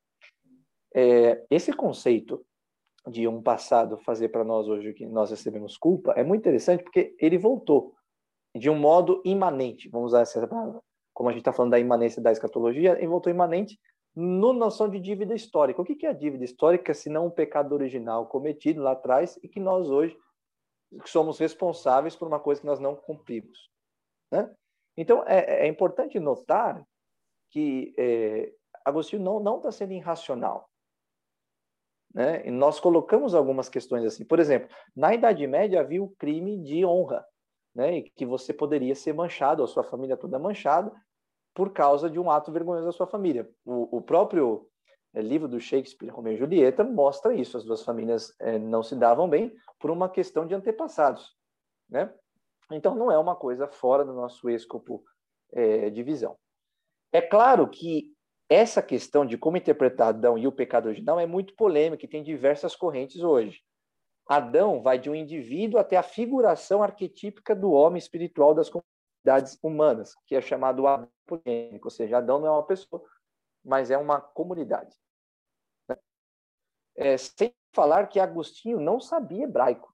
É, esse conceito de um passado fazer para nós hoje que nós recebemos culpa é muito interessante porque ele voltou de um modo imanente, vamos usar essa palavra, como a gente está falando da imanência da escatologia, ele voltou imanente na noção de dívida histórica. O que é a dívida histórica se não um pecado original cometido lá atrás e que nós hoje somos responsáveis por uma coisa que nós não cumprimos, né? Então, é, é importante notar que é, Agostinho não não está sendo irracional, né? E nós colocamos algumas questões assim. Por exemplo, na Idade Média havia o crime de honra, né? E que você poderia ser manchado, a sua família toda manchada, por causa de um ato vergonhoso da sua família. O, o próprio é, livro do Shakespeare, Romeu e Julieta, mostra isso. As duas famílias é, não se davam bem por uma questão de antepassados, né? Então, não é uma coisa fora do nosso escopo é, de visão. É claro que essa questão de como interpretar Adão e o pecado original é muito polêmica e tem diversas correntes hoje. Adão vai de um indivíduo até a figuração arquetípica do homem espiritual das comunidades humanas, que é chamado Adão polêmico, ou seja, Adão não é uma pessoa, mas é uma comunidade. É, sem falar que Agostinho não sabia hebraico.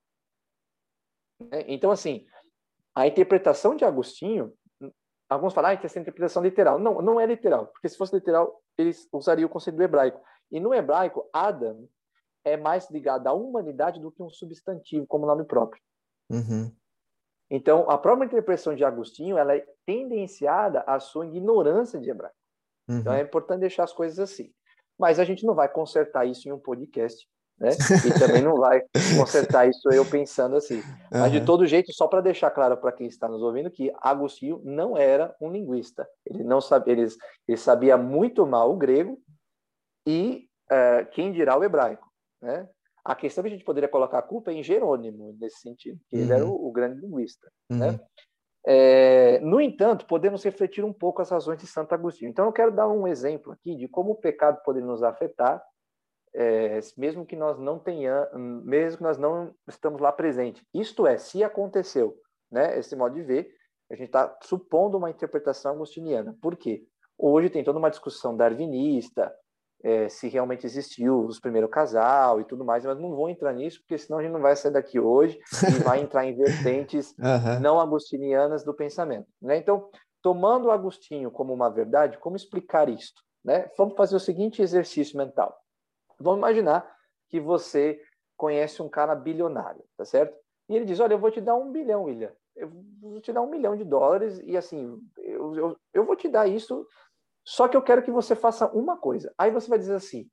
Então, assim, a interpretação de Agostinho, alguns falam, ah, essa é a interpretação literal. Não, não é literal, porque se fosse literal, eles usariam o conceito do hebraico. E no hebraico, Adam é mais ligado à humanidade do que um substantivo, como nome próprio. Uhum. Então, a própria interpretação de Agostinho, ela é tendenciada à sua ignorância de hebraico. Uhum. Então, é importante deixar as coisas assim. Mas a gente não vai consertar isso em um podcast, né? E também não vai consertar isso eu pensando assim. Mas, de Uhum. todo jeito, só para deixar claro para quem está nos ouvindo que Agostinho não era um linguista. Ele não sabia, ele, ele sabia muito mal o grego e uh, quem dirá o hebraico, né? A questão que a gente poderia colocar a culpa é em Jerônimo, nesse sentido, que uhum. ele era o, o grande linguista, uhum. né? É, no entanto, podemos refletir um pouco as razões de Santo Agostinho. Então, eu quero dar um exemplo aqui de como o pecado poderia nos afetar, é, mesmo que nós não tenhamos, mesmo que nós não estamos lá presentes. Isto é, se aconteceu, né? Esse modo de ver, a gente está supondo uma interpretação agostiniana. Por quê? Hoje tem toda uma discussão darwinista, é, se realmente existiu os primeiros casal e tudo mais, mas não vou entrar nisso, porque senão a gente não vai sair daqui hoje e vai entrar em vertentes uhum. não agostinianas do pensamento. Né? Então, tomando o Agostinho como uma verdade, como explicar isto? Né? Vamos fazer o seguinte exercício mental. Vamos imaginar que você conhece um cara bilionário, tá certo? E ele diz, olha, eu vou te dar um bilhão, William. Eu vou te dar um milhão de dólares e, assim, eu, eu, eu vou te dar isso, só que eu quero que você faça uma coisa. Aí você vai dizer assim,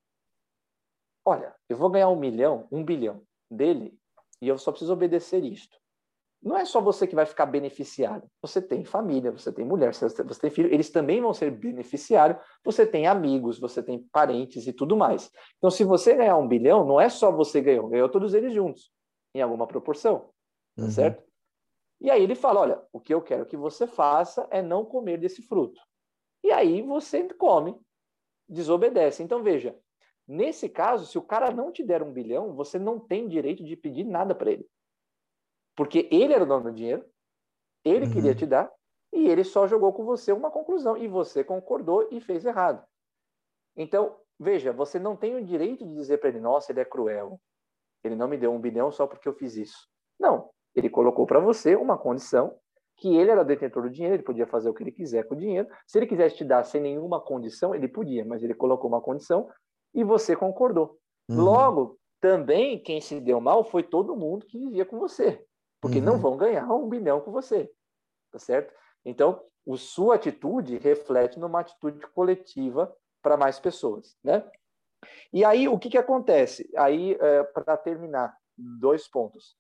olha, eu vou ganhar um milhão, um bilhão dele e eu só preciso obedecer isto. Não é só você que vai ficar beneficiado. Você tem família, você tem mulher, você tem filho, eles também vão ser beneficiários. Você tem amigos, você tem parentes e tudo mais. Então, se você ganhar um bilhão, não é só você ganhou, ganhou todos eles juntos, em alguma proporção, tá uhum. certo? E aí ele fala, olha, o que eu quero que você faça é não comer desse fruto. E aí você come, desobedece. Então, veja, nesse caso, se o cara não te der um bilhão, você não tem direito de pedir nada para ele. Porque ele era o dono do dinheiro, ele uhum. queria te dar, e ele só jogou com você uma conclusão, e você concordou e fez errado. Então, veja, você não tem o direito de dizer para ele, nossa, ele é cruel, ele não me deu um bilhão só porque eu fiz isso. Não, ele colocou para você uma condição que ele era detentor do dinheiro, ele podia fazer o que ele quiser com o dinheiro. Se ele quisesse te dar sem nenhuma condição, ele podia, mas ele colocou uma condição e você concordou. Uhum. Logo, também quem se deu mal foi todo mundo que vivia com você. Porque uhum. não vão ganhar um bilhão com você, tá certo? Então, a sua atitude reflete numa atitude coletiva para mais pessoas, né? E aí, o que que acontece? Aí, é, para terminar, dois pontos.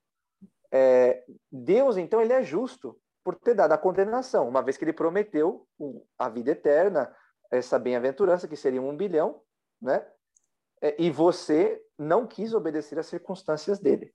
É, Deus, então, ele é justo por ter dado a condenação, uma vez que ele prometeu a vida eterna, essa bem-aventurança, que seria um bilhão, né? E você não quis obedecer às circunstâncias dele.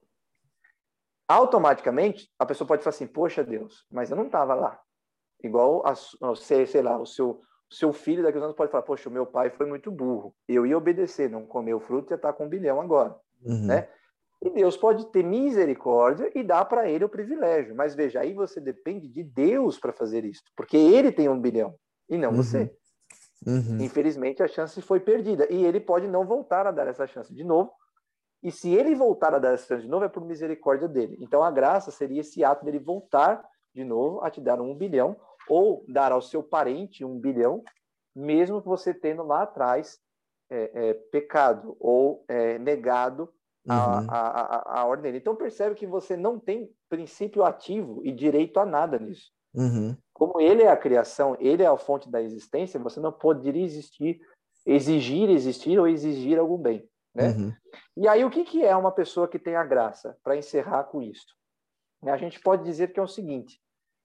Automaticamente, a pessoa pode falar assim, poxa Deus, mas eu não estava lá. Igual, a, sei, sei lá, o seu, seu filho daqui a uns anos pode falar, poxa, o meu pai foi muito burro, eu ia obedecer, não comer o fruto e ia estar com um bilhão agora. Uhum. Né? E Deus pode ter misericórdia e dar para ele o privilégio. Mas veja, aí você depende de Deus para fazer isso, porque ele tem um bilhão e não uhum. você. Uhum. Infelizmente, a chance foi perdida. E ele pode não voltar a dar essa chance de novo. E se ele voltar a dar essa chance de novo, é por misericórdia dele. Então, a graça seria esse ato dele voltar de novo a te dar um bilhão, ou dar ao seu parente um bilhão, mesmo que você tendo lá atrás é, é, pecado ou é, negado a, uhum. a, a, a ordem dele. Então, percebe que você não tem princípio ativo e direito a nada nisso. Uhum. Como ele é a criação, ele é a fonte da existência, você não poderia existir, exigir existir ou exigir algum bem. Né? Uhum. E aí, o que, que é uma pessoa que tem a graça? Para encerrar com isso. A gente pode dizer que é o seguinte.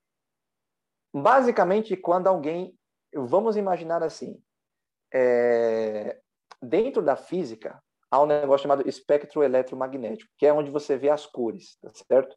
Basicamente, quando alguém... Vamos imaginar assim. É, dentro da física, há um negócio chamado espectro eletromagnético, que é onde você vê as cores, tá certo?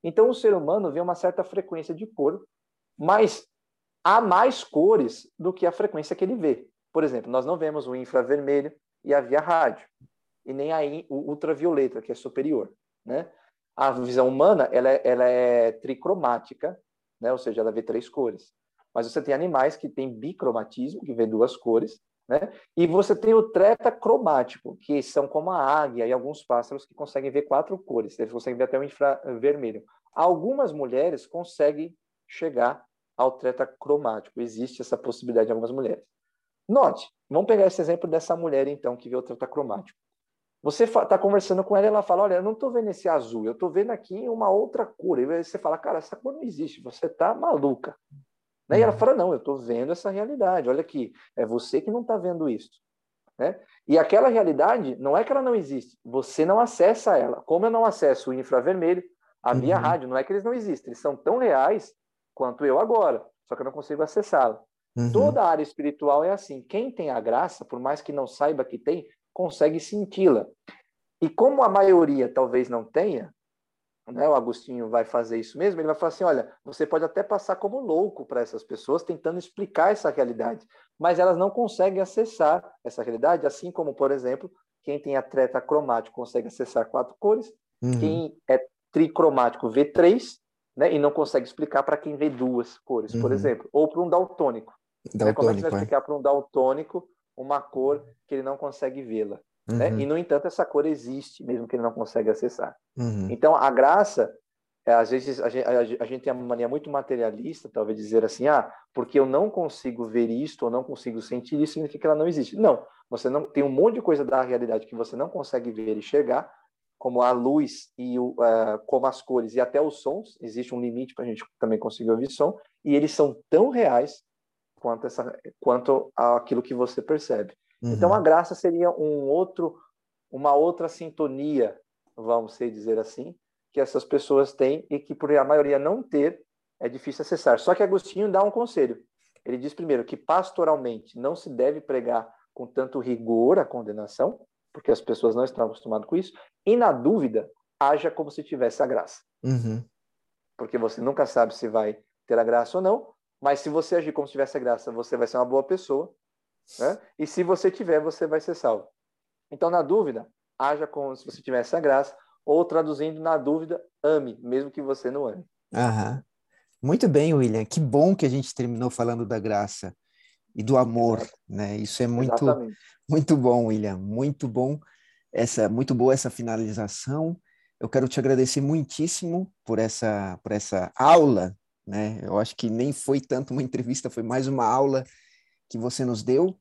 Então, o ser humano vê uma certa frequência de cor, mas há mais cores do que a frequência que ele vê. Por exemplo, nós não vemos o infravermelho e a via rádio, e nem a o ultravioleta, que é superior, né? A visão humana, ela é, ela é tricromática, né? Ou seja, ela vê três cores. Mas você tem animais que têm bicromatismo, que vê duas cores, né? E você tem o tetacromático, que são como a águia e alguns pássaros que conseguem ver quatro cores. Eles conseguem ver até o infravermelho. Algumas mulheres conseguem chegar ao tetacromático. Existe essa possibilidade em algumas mulheres. Note, vamos pegar esse exemplo dessa mulher, então, que vê o tetacromático. Você está conversando com ela e ela fala, olha, eu não estou vendo esse azul, eu estou vendo aqui uma outra cor. E você fala, cara, essa cor não existe, você está maluca. Né? E ela fala, não, eu estou vendo essa realidade, olha aqui, é você que não está vendo isso. Né? E aquela realidade, não é que ela não existe, você não acessa ela. Como eu não acesso o infravermelho, a via Uhum. rádio, não é que eles não existem, eles são tão reais quanto eu agora, só que eu não consigo acessá-la. Uhum. Toda a área espiritual é assim, quem tem a graça, por mais que não saiba que tem, consegue senti-la. E como a maioria talvez não tenha, né, o Agostinho vai fazer isso mesmo, ele vai falar assim, olha, você pode até passar como louco para essas pessoas tentando explicar essa realidade, mas elas não conseguem acessar essa realidade, assim como, por exemplo, quem tem atleta cromático consegue acessar quatro cores, Uhum. quem é tricromático vê três, né, e não consegue explicar para quem vê duas cores, por Uhum. exemplo, ou para um daltônico. Né? Como é que você vai Daltônico, é. explicar para um daltônico uma cor que ele não consegue vê-la? Uhum. Né? E, no entanto, essa cor existe, mesmo que ele não consegue acessar. Uhum. Então, a graça, é, às vezes, a gente, a gente tem uma mania muito materialista, talvez dizer assim, ah, porque eu não consigo ver isto ou não consigo sentir isso, significa que ela não existe. Não, você não tem um monte de coisa da realidade que você não consegue ver e chegar, como a luz e o, uh, como as cores e até os sons, existe um limite para a gente também conseguir ouvir som, e eles são tão reais quanto, essa, quanto aquilo que você percebe. Uhum. Então, a graça seria um outro, uma outra sintonia, vamos dizer assim, que essas pessoas têm e que, por a maioria não ter, é difícil acessar. Só que Agostinho dá um conselho. Ele diz, primeiro, que pastoralmente não se deve pregar com tanto rigor a condenação, porque as pessoas não estão acostumadas com isso, e, na dúvida, haja como se tivesse a graça. Uhum. Porque você nunca sabe se vai ter a graça ou não, mas se você agir como se tivesse a graça, você vai ser uma boa pessoa, né? E se você tiver, você vai ser salvo. Então, na dúvida, haja como se você tivesse a graça, ou traduzindo, na dúvida, ame, mesmo que você não ame. Aham. Muito bem, William. Que bom que a gente terminou falando da graça e do amor, Exato. né? Isso é muito, Exatamente. muito bom, William. Muito bom essa, muito boa essa finalização. Eu quero te agradecer muitíssimo por essa, por essa aula, né? Eu acho que nem foi tanto uma entrevista, foi mais uma aula que você nos deu.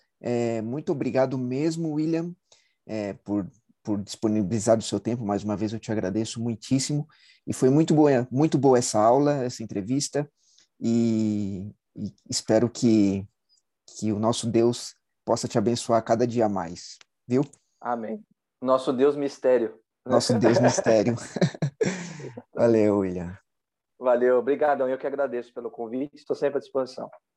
É, muito obrigado mesmo, William, é, por, por disponibilizar o seu tempo. Mais uma vez eu te agradeço muitíssimo. E foi muito boa, muito boa essa aula, essa entrevista. E, e espero que, que o nosso Deus possa te abençoar cada dia mais, viu? Amém. Nosso Deus mistério. Né? Nosso Deus mistério. Valeu, William. Valeu, obrigadão. Eu que agradeço pelo convite, estou sempre à disposição.